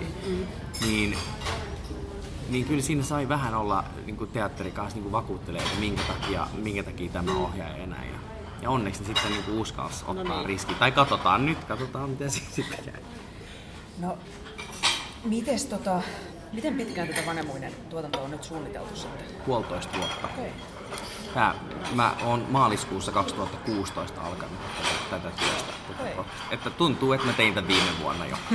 Niin kyllä siinä sai vähän olla niin teatteri kanssa niin vakuuttelee, että minkä takia tämä ohjaaja enää. Ja onneksi ne sitten niin uskalsi ottaa riski. Tai katsotaan mitä siinä sitten käy. No, miten pitkään tätä Vanemuinen tuotantoa on nyt suunniteltu sitten? 1,5 vuotta. Okay. Mä oon maaliskuussa 2016 alkanut tätä työstä. Että tuntuu, että mä tein tämän viime vuonna jo.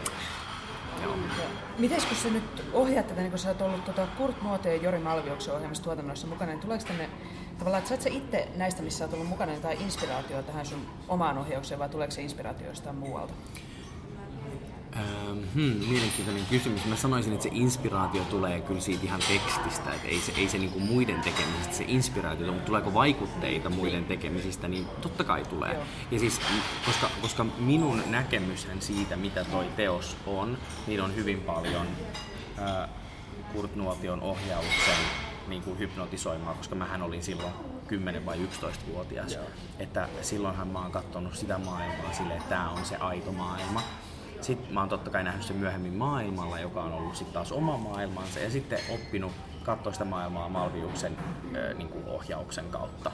Mites kun sä nyt ohjaat tätä, niin kun sä oot ollut Kurt Muoto ja Jori Malvioksen ohjaamassa tuotannossa mukana, niin tuleeko tänne tavallaan, että sä et sä itse näistä, missä oot ollut mukana, jotain inspiraatioa tähän sun omaan ohjaukseen, vai tuleeko se inspiraatio jostain muualta? Mielenkiintoinen kysymys. Mä sanoisin, että se inspiraatio tulee kyllä siitä ihan tekstistä, että ei se niinku muiden tekemisistä se inspiraatio, mutta tuleeko vaikutteita muiden tekemisistä, niin totta kai tulee. Joo. Ja siis, koska minun näkemyshän siitä, mitä toi teos on, niin on hyvin paljon Kurt Nuotion ohjauksen niin kuin hypnotisoimaa, koska mähän olin silloin 10- vai 11-vuotias. Joo. Että silloinhan mä oon katsonut sitä maailmaa silleen, että tää on se aito maailma. Sitten mä oon totta kai nähnyt sen myöhemmin maailmalla, joka on ollut sitten taas oma maailmansa, ja sitten oppinut katsoa sitä maailmaa Malviuksen niin kuin ohjauksen kautta.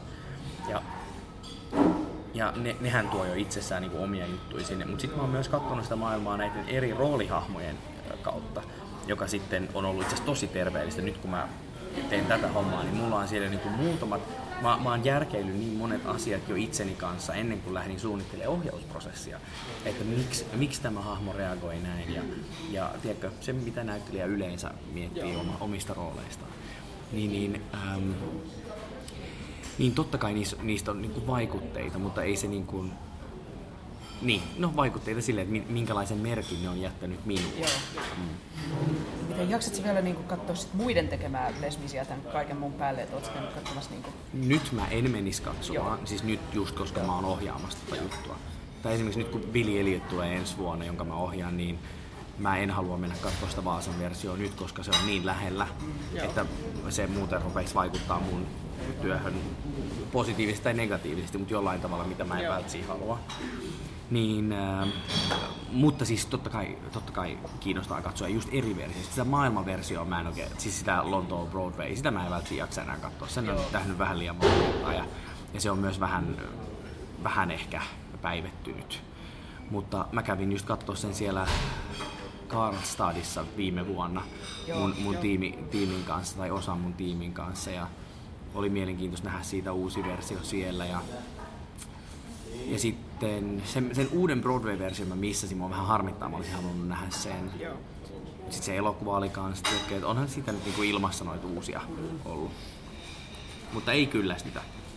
Ja nehän tuo jo itsessään niin kuin omia juttuja sinne, mutta sitten mä oon myös katsonut sitä maailmaa näiden eri roolihahmojen kautta, joka sitten on ollut itse asiassa tosi terveellistä. Nyt kun mä teen tätä hommaa, niin mulla on siellä niin kuin muutamat, mä oon järkeillyt niin monet asiat jo itseni kanssa ennen kuin lähdin suunnittelemaan ohjausprosessia, että miksi tämä hahmo reagoi näin ja tiedätkö, se mitä näyttelijä yleensä miettii omista rooleistaan. Niin totta kai niistä on niin kuin vaikutteita, mutta ei se niin kuin, vaikutteita silleen, että minkälaisen merkin ne on jättänyt minulle. Miten jaksatko vielä niin katsoa sit muiden tekemää Les Misiä tämän kaiken mun päälle, että ootko käynyt katsomassa? Niin Nyt mä en menisi katsomaan, siis nyt just koska mä oon ohjaamassa tätä juttua. Tai esimerkiksi nyt kun Billy Elliot tulee ensi vuonna, jonka mä ohjaan, niin mä en halua mennä katsoa sitä Vaasan versioon nyt, koska se on niin lähellä, että se muuten rupeisi vaikuttaa mun työhön positiivisesti tai negatiivisesti, mutta jollain tavalla, mitä mä en välttämättä halua. Mutta siis totta kai kiinnostaa katsoa just eri versioita. Sitä maailmanversioa mä en oikein, siis sitä Lontoon Broadway, sitä mä en välttämättä jaksa enää katsoa. Sen on nähnyt vähän liian monta kertaa ja se on myös vähän ehkä päivettynyt. Mutta mä kävin just katsoa sen siellä Karlstadissa viime vuonna mun tiimin kanssa tai osan mun tiimin kanssa ja oli mielenkiintoista nähdä siitä uusi versio siellä ja sitten sen uuden Broadway-version mä missasin, mua vähän harmittaa, mä olisin halunnut nähdä sen. Sitten se elokuva oli kanssa, että onhan siitä nyt niinku ilmassa noita uusia ollut. Mutta ei kyllästytä.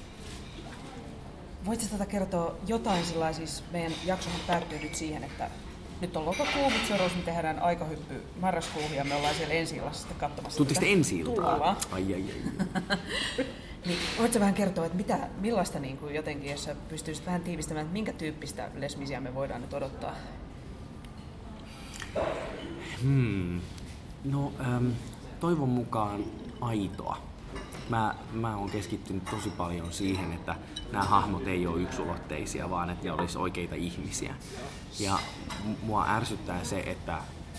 Voitko tätä kertoa jotain sellaisia, siis meidän jaksohan päättyy nyt siihen, että nyt on lokakuu, mutta seuraavaksi me tehdään aikahyppy marraskuuhun ja me ollaan siellä ensi-illassa sitten katsomassa. Tuutteko te ensi-iltaa? Ai. Niin, voitko vähän kertoa, että millaista niin kuin jotenkin, jos sä pystyisit vähän tiivistämään, että minkä tyyppistä Les Misiä me voidaan nyt odottaa? Toivon mukaan aitoa. Mä oon keskittynyt tosi paljon siihen, että nämä hahmot ei ole yksulotteisia, vaan että ne olisi oikeita ihmisiä. Ja mua ärsyttää se, että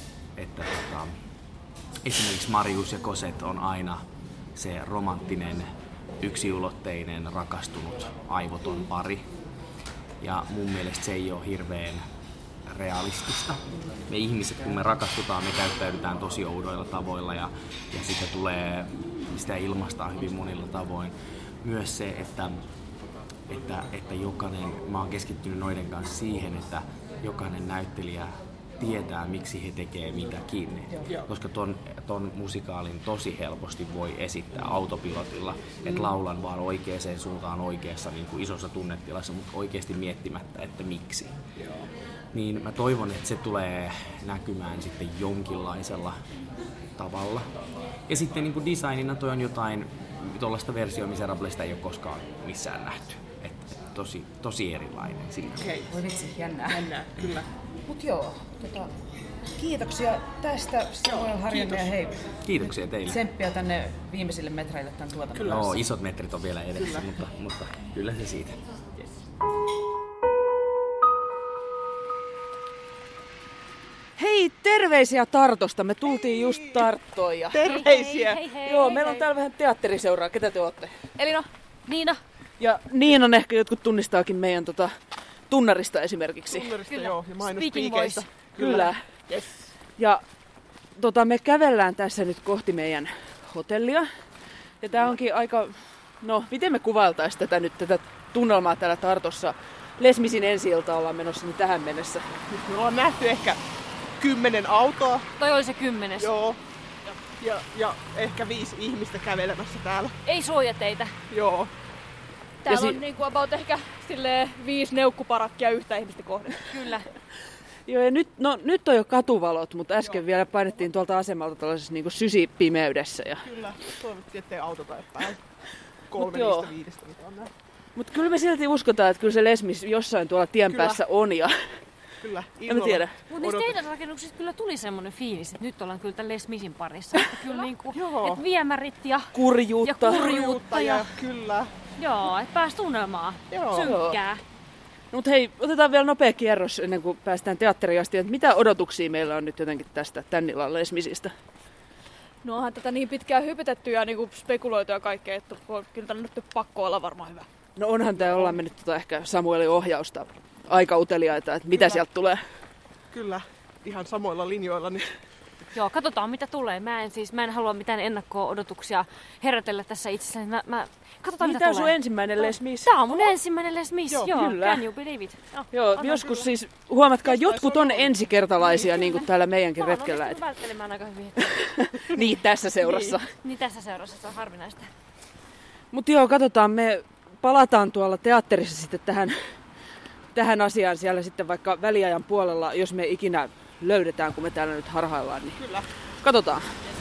esimerkiksi Marius ja Cosette on aina se romanttinen, yksiulotteinen, rakastunut, aivoton pari. Ja mun mielestä se ei ole hirveän realistista. Me ihmiset, kun me rakastutaan, me käyttäydytään tosi oudoilla tavoilla ja sitä ilmaistaan hyvin monilla tavoin. Myös se, että jokainen, mä oon keskittynyt noiden kanssa siihen, että jokainen näyttelijä tietää, miksi he tekee mitäkin. Koska ton musikaalin tosi helposti voi esittää autopilotilla, että laulan vaan oikeaan suuntaan oikeassa niin kuin isossa tunnetilassa, mutta oikeasti miettimättä, että miksi. Niin mä toivon, että se tulee näkymään sitten jonkinlaisella tavalla. Ja sitten niin kuin designina toi on jotain, tuollaista versiota Miserablesta ei ole koskaan missään nähty. Tosi erilainen siinä. Okei, voi vitsi, jännää, kyllä. Mut joo, kiitoksia tästä Samuel Harjanne ja hei. Kiitoksia teille. Tsemppiä tänne viimeisille metreille tämän tuotannon kanssa. Joo, isot metrit on vielä edessä, mutta kyllä se siitä. Yes. Hei, terveisiä Tartosta. Me tultiin just Tarttoon ja terveisiä. Hei, joo, meillä on täällä vähän teatteriseuraa. Ketä te ootte? Elina, Niina. Ja Niinan ehkä jotkut tunnistaakin meidän tunnarista esimerkiksi. Tunnarista joo, ja mainospiikeistä. Kyllä. Yes. Ja me kävellään tässä nyt kohti meidän hotellia. Ja tää onkin aika, miten me kuvailtais tätä tunnelmaa täällä Tartossa. Les Misin ensi-ilta ollaan menossa niin tähän mennessä. Nyt me ollaan nähty ehkä 10 autoa. Toi oli se 10. Joo. Ja ehkä 5 ihmistä kävelemässä täällä. Ei suojateitä. Joo. Täällä on niinku about ehkä 5 neukkuparakkia yhtä ihmistä kohden. Kyllä. Joo, ja nyt on jo katuvalot, mutta äsken vielä painettiin tuolta asemalta tällaisessa niin kuin sysipimeydessä. Ja... Kyllä, toivottiin, ettei auto tai päällä 3 niistä 5, mitä on näin. Mutta kyllä me silti uskotaan, että kyllä se Les Mis jossain tuolla tien päässä on. Ja... Kyllä, en mä tiedä. Mutta niistä teidän rakennuksista kyllä tuli semmoinen fiilis, että nyt ollaan kyllä tämän Les Misin parissa. Että kyllä niinku, et viemärit ja kurjuutta. Ja kyllä. Joo, että pääsi tunnelmaan. Synkkää. Mutta hei, otetaan vielä nopea kierros ennen kuin päästään teatteriin asti. Että mitä odotuksia meillä on nyt jotenkin tästä tän illan Les Misistä? No onhan tätä niin pitkään hypetetty ja niinku spekuloitu ja kaikkea, että kyllä tänne nyt pakko olla varmaan hyvä. No onhan tää, ollaan mennyt ehkä Samuelin ohjausta aika uteliaita, että mitä sieltä tulee. Kyllä, ihan samoilla linjoilla nyt. Joo, katsotaan mitä tulee. Mä en halua mitään ennakko-odotuksia herätellä tässä itsessäni. Katsotaan mitä tulee. Tämä on sun ensimmäinen Les Mis? Tää on mun ensimmäinen Les Mis, joo. Kyllä. Can you believe it? Joo, joskus kyllä. Siis huomatkaa, jotkut on ensikertalaisia, niin kuin täällä meidänkin retkellä. Mä oon välttelemään aika hyvin. Niin, tässä seurassa. Niin, tässä seurassa, se on harvinaista. Mut joo, katsotaan, me palataan tuolla teatterissa sitten tähän asiaan siellä sitten vaikka väliajan puolella, jos me ikinä löydetään, kun me täällä nyt harhaillaan. Niin kyllä. Katsotaan.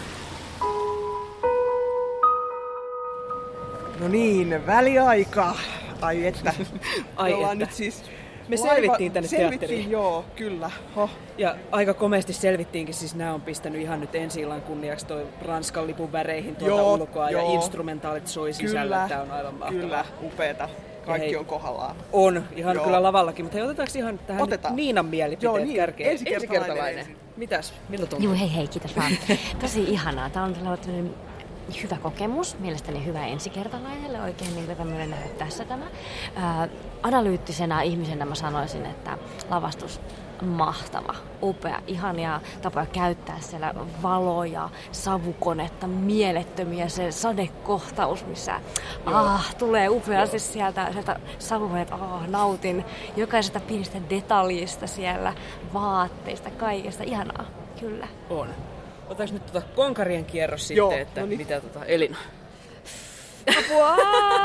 No niin, väliaika. Ai että. Nyt siis me selvittiin tänne teatteriin. Joo, kyllä. Ja aika komeasti selvittiinkin, siis nämä on pistänyt ihan nyt ensi-illan kunniaksi toi Ranskan lipun väreihin tuolta ulkoa ja instrumentaalit soi sisällä. Tää on aivan mahtavaa. Kyllä, upeeta. Kaikki on kohdallaan. On, ihan kyllä lavallakin, mutta otetaanko ihan tähän Niinan mielipiteet kärkeen? Ensikertalainen. Mitäs? Miltä tuntuu? Joo, hei, kiitos vaan. Tosi ihanaa. Tää on tällainen hyvä kokemus, mielestäni hyvä ensikertalaiselle, oikein niin tämmöinen näyttää tässä tämä. Analyyttisenä ihmisenä mä sanoisin, että lavastus mahtava, upea, ihania tapoja käyttää siellä valoja, savukonetta, mielettömiä, se sadekohtaus, missä tulee upeasti sieltä savukoneet, nautin jokaisesta pienestä detaljista siellä, vaatteista, kaikesta, ihanaa, kyllä. On. Otaks nyt konkarien kierros sitten, että no niin. Mitä Elina? Apua!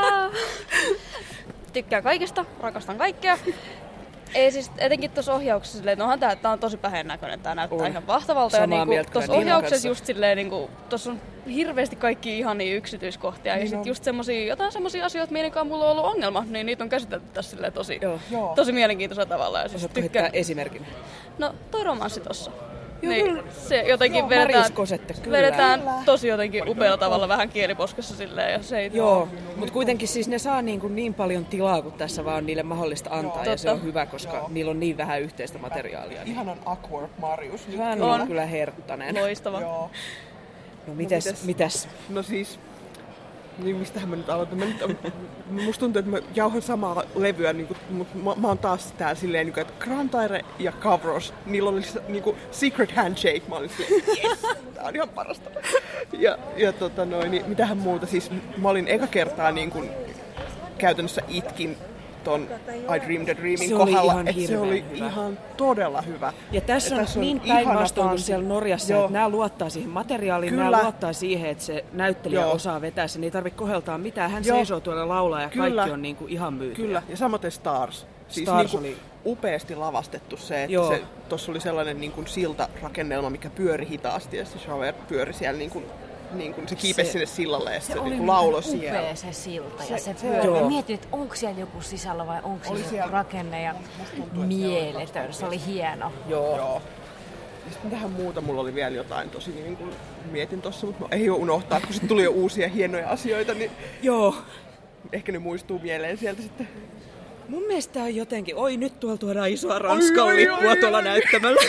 Tykkään kaikesta, rakastan kaikkea. Ei siis etenkin tuossa ohjauksessa silleen, että onhan tää on tosi päheen näköinen, tää näyttää ihan mahtavalta. Ja niinku, tuossa ohjauksessa just silleen, niinku, tuossa on hirveästi kaikki ihania yksityiskohtia. Ja sit just jotain semmosia asioita, mihinkaan mulla on ollut ongelma, niin niitä on käsitelty tässä silleen tosi mielenkiintoisella tavalla. Ja siis tykkään esimerkin? No toi romanssi tossa. Niin, se jotenkin vedetään tosi jotenkin upealla tavalla vähän kieliposkessa silleen. Ja se ei mutta kuitenkin siis ne saa niin paljon tilaa, kun tässä vaan niille mahdollista antaa. Ja se on hyvä, koska niillä on niin vähän yhteistä materiaalia. Niin. Ihanan awkward Marius. Hän on kyllä herttainen. Loistava. Joo. No mitäs? No siis... Niin mistähän mä nyt aloitan? Musta tuntuu, että mä jauhan samaa levyä, niin mutta mä oon taas täällä silleen, että Grantaire ja Gavroche, niillä oli niin secret handshake. Mä olin silleen, yes, tää on ihan parasta. Niin, mitähän muuta, siis mä olin eka kertaa niin kuin, käytännössä itkin ton I Dreamed a Dreamin kohdalla, että se oli ihan todella hyvä. Ja tässä on niin päinvastoin kuin siellä Norjassa, että nämä luottaa siihen materiaaliin, nämä luottaa siihen, että se näyttelijä osaa vetää sen, ei tarvitse koheltaa mitään, hän seisoo tuolla laulaa ja kaikki on niinku ihan myytyä. Kyllä, ja samaten Stars. Siis Stars oli upeasti lavastettu se, että tuossa oli sellainen niin kuin siltarakennelma, mikä pyöri hitaasti ja se Javert pyöri siellä niin kuin se kiipesi sinne sillalle ja se niin lauloi siellä. Se oli upea se silta ja se pyöri. Mietin, että onko siellä joku sisällä vai onko siellä joku rakenne ja mieletön. Se oli hieno. Joo. Ja sitten tähän muuta mulla oli vielä jotain tosi niin kuin mietin tossa, mutta ei ole unohtaa, kun sitten tuli jo uusia hienoja asioita, niin ehkä ne muistuu mieleen sieltä sitten. Mun mielestä on jotenkin, nyt tuolla tuodaan isoa Ranskan lippua tuolla näyttämällä.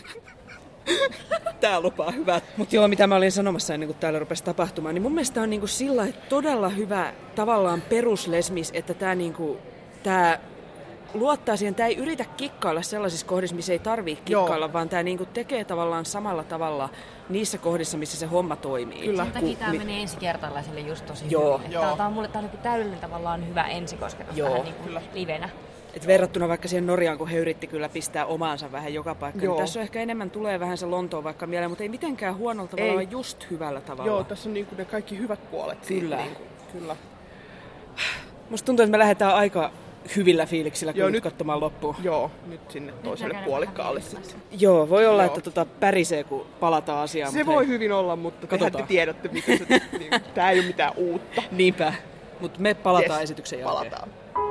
Tää lupaa hyvät. Mutta joo, mitä mä olin sanomassa ennen kuin täällä rupesi tapahtumaan, niin mun mielestä on niinku sillä todella hyvä tavallaan peruslesmis, että tää luottaa siihen, tää ei yritä kikkailla sellaisissa kohdissa, missä ei tarvii kikkailla, vaan tää niinku tekee tavallaan samalla tavalla niissä kohdissa, missä se homma toimii. Kyllä. Sen takia tää menee ensikertalaiselle just tosi hyvin. Tää on mulle niinku täydellinen tavallaan hyvä ensikosketus tähän niinku livenä. Et verrattuna vaikka siihen Norjaan, kun he yritti kyllä pistää omaansa vähän joka paikkaan, niin tässä on ehkä enemmän tulee vähän se Lontoon vaikka mieleen, mutta ei mitenkään huonolla tavalla, vaan just hyvällä tavalla. Joo, tässä on niinku ne kaikki hyvät puolet. Kyllä. Kyllä. Musta tuntuu, että me lähdetään hyvillä fiiliksillä, kun nyt katsomaan loppuun. Joo, nyt sinne toiselle puolikkaalle sitten. Joo, voi olla, että pärisee, kun palataan asiaan. Se voi hyvin olla, mutta tehän te tiedätte, mikä se... niin, tää ei ole mitään uutta. Niinpä, mutta me palataan esityksen jälkeen. Palataan.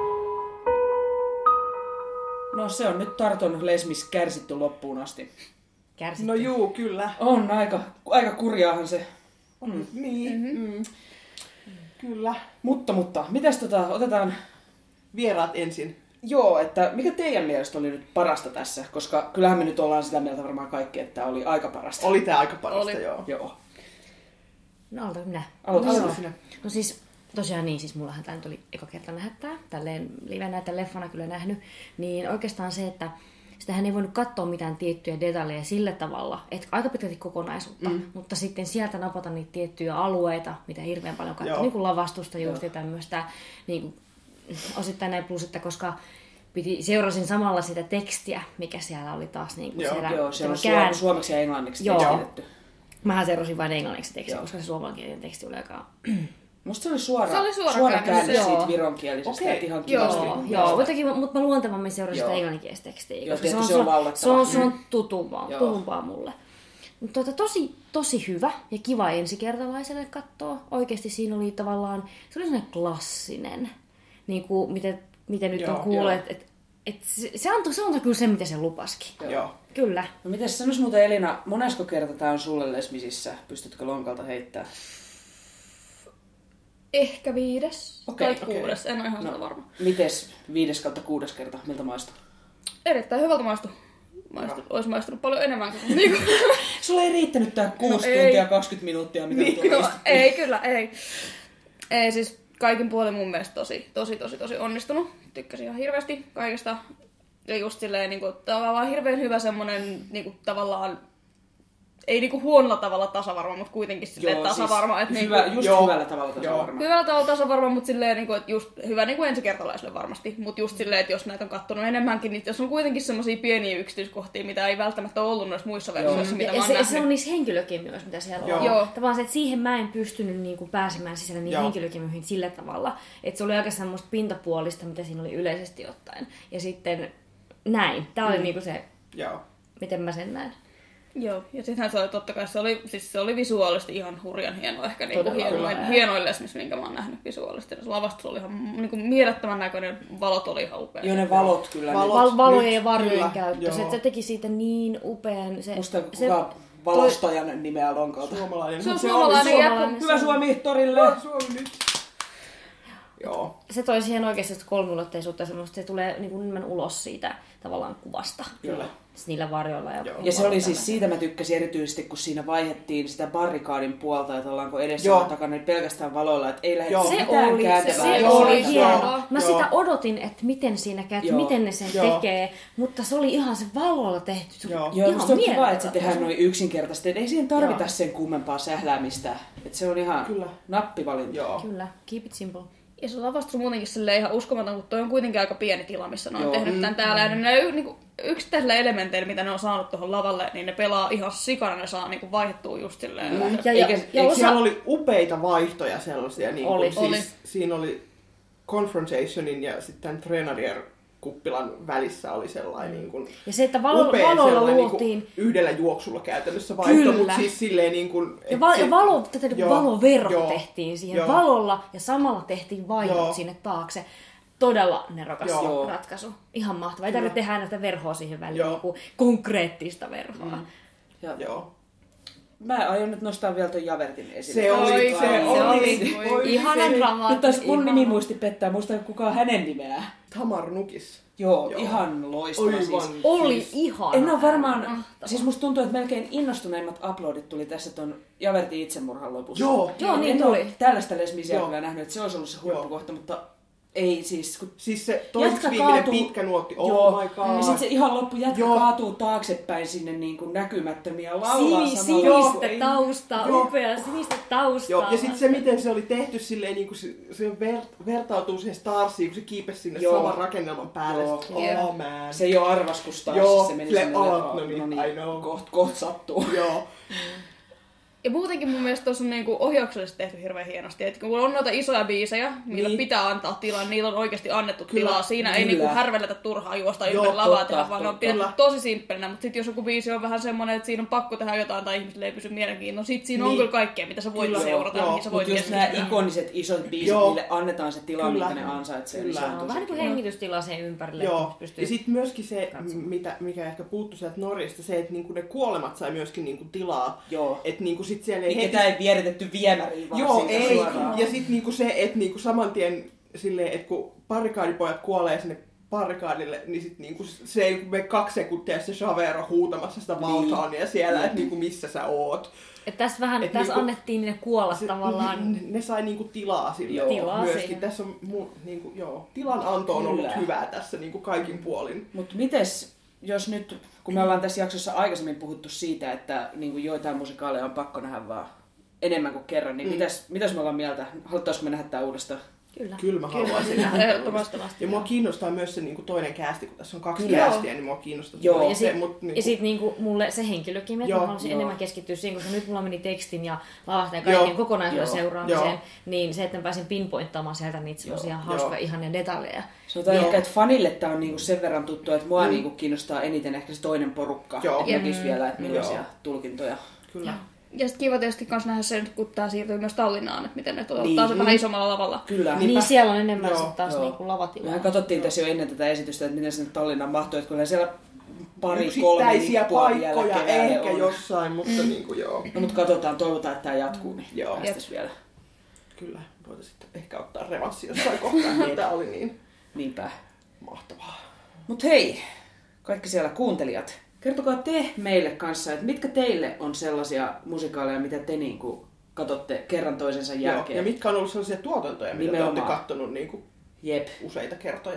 No se on nyt Tarton Les Mis kärsitty loppuun asti. Kärsitty. No juu, kyllä. On aika kurjaahan se. Niin. Kyllä. Mutta, mitäs otetaan vieraat ensin. Joo, että mikä teidän mielestä oli nyt parasta tässä? Koska kyllähän me nyt ollaan sitä mieltä varmaan kaikki, että tämä oli aika parasta. Oli tämä aika parasta, joo. No aloitan minä. Aloitan sinä. No siis tosiaan niin, siis mullahan tämä nyt oli eka kerta nähdä tää. Tälleen livenä että leffana kyllä nähnyt. Niin oikeastaan se, että sitähän ei voinut katsoa mitään tiettyjä detaljeja sillä tavalla, että aika pitkälti kokonaisuutta, mutta sitten sieltä napata niitä tiettyjä alueita, mitä hirveän paljon katsoi, niin kuin lavastusta just ja tämmöistä, niin kuin, osittain näin plus, että koska seurasin samalla sitä tekstiä, mikä siellä oli taas niin kuin siellä on suomeksi ja englanniksi tekstetty. Mähän seurasin vain englanniksi tekstiä, koska se suomalainen teksti oli aika... Musta se oli suora käänne siitä vironkielisestä, että ihan kivasti. Joo, mutta mä luontevammin seurasin sitä englanninkielistä tekstiä, koska se on tutumpaa mulle. Mutta tosi hyvä ja kiva ensikertalaiselle katsoa. Oikeasti siinä oli tavallaan, se oli sellainen klassinen, niin kuin miten nyt on kuullut, että se antoi kyllä se, mitä se lupasikin. Joo. Kyllä. No mites sanois muuten Elina, monesko kerta tää on sulle Les Misissä? Pystytkö lonkalta heittää? Ehkä 5 tai 6, en ole ihan sitä varma. Mites 5/6 kerta, miltä maistuu? Erittäin hyvältä maistuu. Olisi maistunut paljon enemmän. Niin sulla ei riittänyt tää 6 tuntia 20 minuuttia, mitä niin. No, ei kyllä, ei. Ei siis kaikin puolin mun mielestä tosi onnistunut. Tykkäsin ihan hirveästi kaikesta. Ja just silleen niinku, tavallaan hirveän hyvä semmonen niinku, tavallaan ei niinku huonolla tavalla tasavarma, mutta kuitenkin silleen tasavarma. Siis niinku, hyvällä tavalla tasavarma. Hyvällä tavalla tasavarma, mutta silleen, niinku, että just hyvä niinku ensikertalaisille varmasti. Mutta just silleen, että jos näitä on kattonut enemmänkin, niin jos on kuitenkin semmosia pieniä yksityiskohtia, mitä ei välttämättä ollut noissa muissa versioissa, mitä mä oon nähnyt. Se on niissä henkilökemioissa, mitä siellä on. Joo. Tavallaan se, että siihen mä en pystynyt niinku pääsemään sisälle niihin henkilökemioihin sillä tavalla. Että se oli aika semmoista pintapuolista, mitä siinä oli yleisesti ottaen. Ja sitten näin. Tää oli niinku se, miten mä sen näen. Joo, ja sittenhän se oli totta kai, se oli visuaalisesti ihan hurjan hieno, ehkä niinku hienoin Les Mis, minkä mä oon nähnyt visuaalisesti. Se lavastus oli ihan niinku mielettömän näköinen, valot oli ihan upeat. Joo, ne valot kyllä. Valojen ja varjojen käyttö, se teki siitä niin upean. Musta kuka valostajan nimeä lonkalta. Suomalainen. Se on suomalainen. Hyvä Suomi torille! Suomi nyt! Joo. Se toi siihen oikeasti 3-ulotteisuutta, semmoista, se tulee niin kuin enemmän ulos siitä tavallaan kuvasta. Kyllä. Niillä varjoilla. Ja se oli siis, siitä mä tykkäsin erityisesti, kun siinä vaihdettiin sitä barrikaadin puolta, että ollaanko edessä ja takana niin pelkästään valoilla, että ei lähde mitään kääntämään. Se oli hienoa. Mä sitä odotin, että miten siinä miten ne sen tekee, mutta se oli ihan se valoilla tehty. Joo, musta on kiva, että se tehdään noin yksinkertaisesti, että ei siihen tarvita sen kummempaa sähläämistä. Että se on ihan nappivalinta. Kyllä, keep it simple. Ja se lavastus muutenkin silleen ihan uskomaton, kun toi on kuitenkin aika pieni tila, missä ne on tehnyt tän täällä. Ja ne niinku, yksittäisillä elementeillä, mitä ne on saanut tuohon lavalle, niin ne pelaa ihan sikana, ne saa niinku vaihdettua just silleen. Ja siellä oli upeita vaihtoja sellaisia. Niin oli. Siinä oli Confrontationin ja sitten Thénardier kuppilan välissä oli sellainen niin kuin ja se, että valolla luotiin niin yhdellä juoksulla käytännössä vaihto, mutta siis silleen niin kuin ja valoverho tehtiin siihen valolla ja samalla tehtiin vaihdot sinne taakse. Todella nerokas ratkaisu. Ihan mahtava. Ei tarvitse tehdä näitä verhoa siihen väliin, niin konkreettista verhoa. Joo. Mä aion nyt nostaa vielä ton Javertin esille. Se oli ihanan dramaattinen. Nyt taas mun nimimuisti pettää. Muista kukaan hänen nimeään. Tamar Nukis. Joo, ihan loistava siis. Oli ihana. En ole varmaan, siis musta tuntuu, että melkein innostuneimmat uploadit tuli tässä ton Javertin itsemurhan lopussa. Joo, niin en tuli. Ole tällaista Les Misiä kyllä nähnyt, että se olisi ollut se huippukohta, mutta ei siis. Siis se toiseksi viimeinen pitkä nuotti, my god. Ja sit se ihan loppu jätkä kaatuu taaksepäin sinne niin kuin näkymättömiä laulaa sinistä taustaa, upea sinistä taustaa. Joo, ja sitten se miten se oli tehty silleen, niin kuin se vertautuu siihen Starsiin, kun se kiipesi sinne saman rakennelman päälle. Oh man. Se ei ole arvas, kun Stars se meni sinne. No niin, koht sattuu. Joo. Ja muutenkin mun mielestä tuossa on niinku ohjauksellisesti tehty hirveän hienosti. Että kun on noita isoja biisejä, millä pitää antaa tilaa, niillä on oikeasti annettu tilaa. Siinä ei niinku härvelletä turhaa juosta ympäri lavaa tehdä, vaan ne on pidetty tosi simppelinä. Mutta sitten jos joku biisi on vähän semmoinen, että siinä on pakko tehdä jotain tai ihmisille ei pysy mielenkiinnolla, sit siinä on kyllä kaikkea, mitä sä voit seurata. Mihin sä voit mutta jos nämä ikoniset isot biisit, niille annetaan se tila, mitä ne ansaitsee. Niin se on vähän niin kuin hengitystila sen ympärille. Joo. Ja sitten myöskin se, mikä ehkä puuttui sieltä Norjasta, se, että niinku ne kuolemat sai myöskin niinku tilaa. Joo. Että niinku sit siellä ei ketään ei vieritetty viemäriin vaan. Joo, ei. Suoraan. Ja sitten niinku se, että niinku saman tien silleen, että kun barrikaadipojat kuolee sinne barrikaadille, niin sit niinku se ei mene 2 sekuntia se Chavero huutamassa sitä valtaania siellä, että niinku missä sä oot. Et tässä niinku, annettiin ne kuolla tavallaan. Ne sai niinku tilaa sille myöskin. Siihen. Tässä on niinku, tilan anto on ollut hyvää tässä niinku kaikin puolin. Mutta mites, jos nyt, kun me ollaan tässä jaksossa aikaisemmin puhuttu siitä, että niinku joitain musikaaleja on pakko nähdä vaan enemmän kuin kerran, niin mitäs me ollaan mieltä? Haluttaisiko me nähdä tää uudestaan? Kyllä mä haluaisin nähdä. Ja mua kiinnostaa myös se niinku toinen casti, kun tässä on 2 castia, niin mua kiinnostaa. Joo, ja sitten niinku, mulle se henkilökin, että mä haluaisin enemmän keskittyä siihen, koska nyt mulla meni tekstin ja lavahteen ja kaiken kokonaisuuden seuraamiseen, niin se, että mä pääsin pinpointtaamaan sieltä niitä sellaisia hauskoja ihania detaljeja. Sanotaan ehkä, että fanille tää on niinku sen verran tuttu, että mua niinku kiinnostaa eniten ehkä se toinen porukka. Että näkis vielä, että millaisia tulkintoja. Kyllä. Ja sitten kiva tietysti kans nähdä sen, kun tää siirtyy myös Tallinnaan, että miten ne toteuttaa sen vähän isommalla lavalla. Kyllä. Niin siellä on enemmän sitten taas niinku lavatilaa. Mehän katsottiin tässä jo ennen tätä esitystä, että miten sinne Tallinnaan mahtuu, että kun siellä 2-3 yksittäisiä paikkoja ehkä jossain, mutta niinku joo. No mutta katsotaan, toivotaan, että tää jatkuu, niin päästäis vielä. Kyllä, voitaisiin ehkä ottaa revanssi jossain kohtaa, tää oli niin niinpä mahtavaa. Mut hei, kaikki siellä kuuntelijat. Kertokaa te meille kanssa, että mitkä teille on sellaisia musikaaleja, mitä te niinku katsotte kerran toisensa jälkeen. Ja mitkä on ollut sellaisia tuotantoja, mitä te olette kattonut niinku useita kertoja.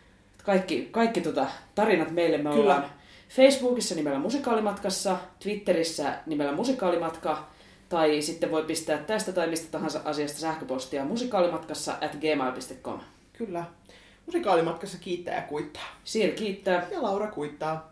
Kaikki tarinat meille. Me ollaan Facebookissa nimellä Musikaalimatkassa, Twitterissä nimellä Musikaalimatka, tai sitten voi pistää tästä tai mistä tahansa asiasta sähköpostia musikaalimatkassa@gmail.com. Kyllä. Musikaalimatkassa kiittää ja kuittaa. Siiri kiittää. Ja Laura kuittaa.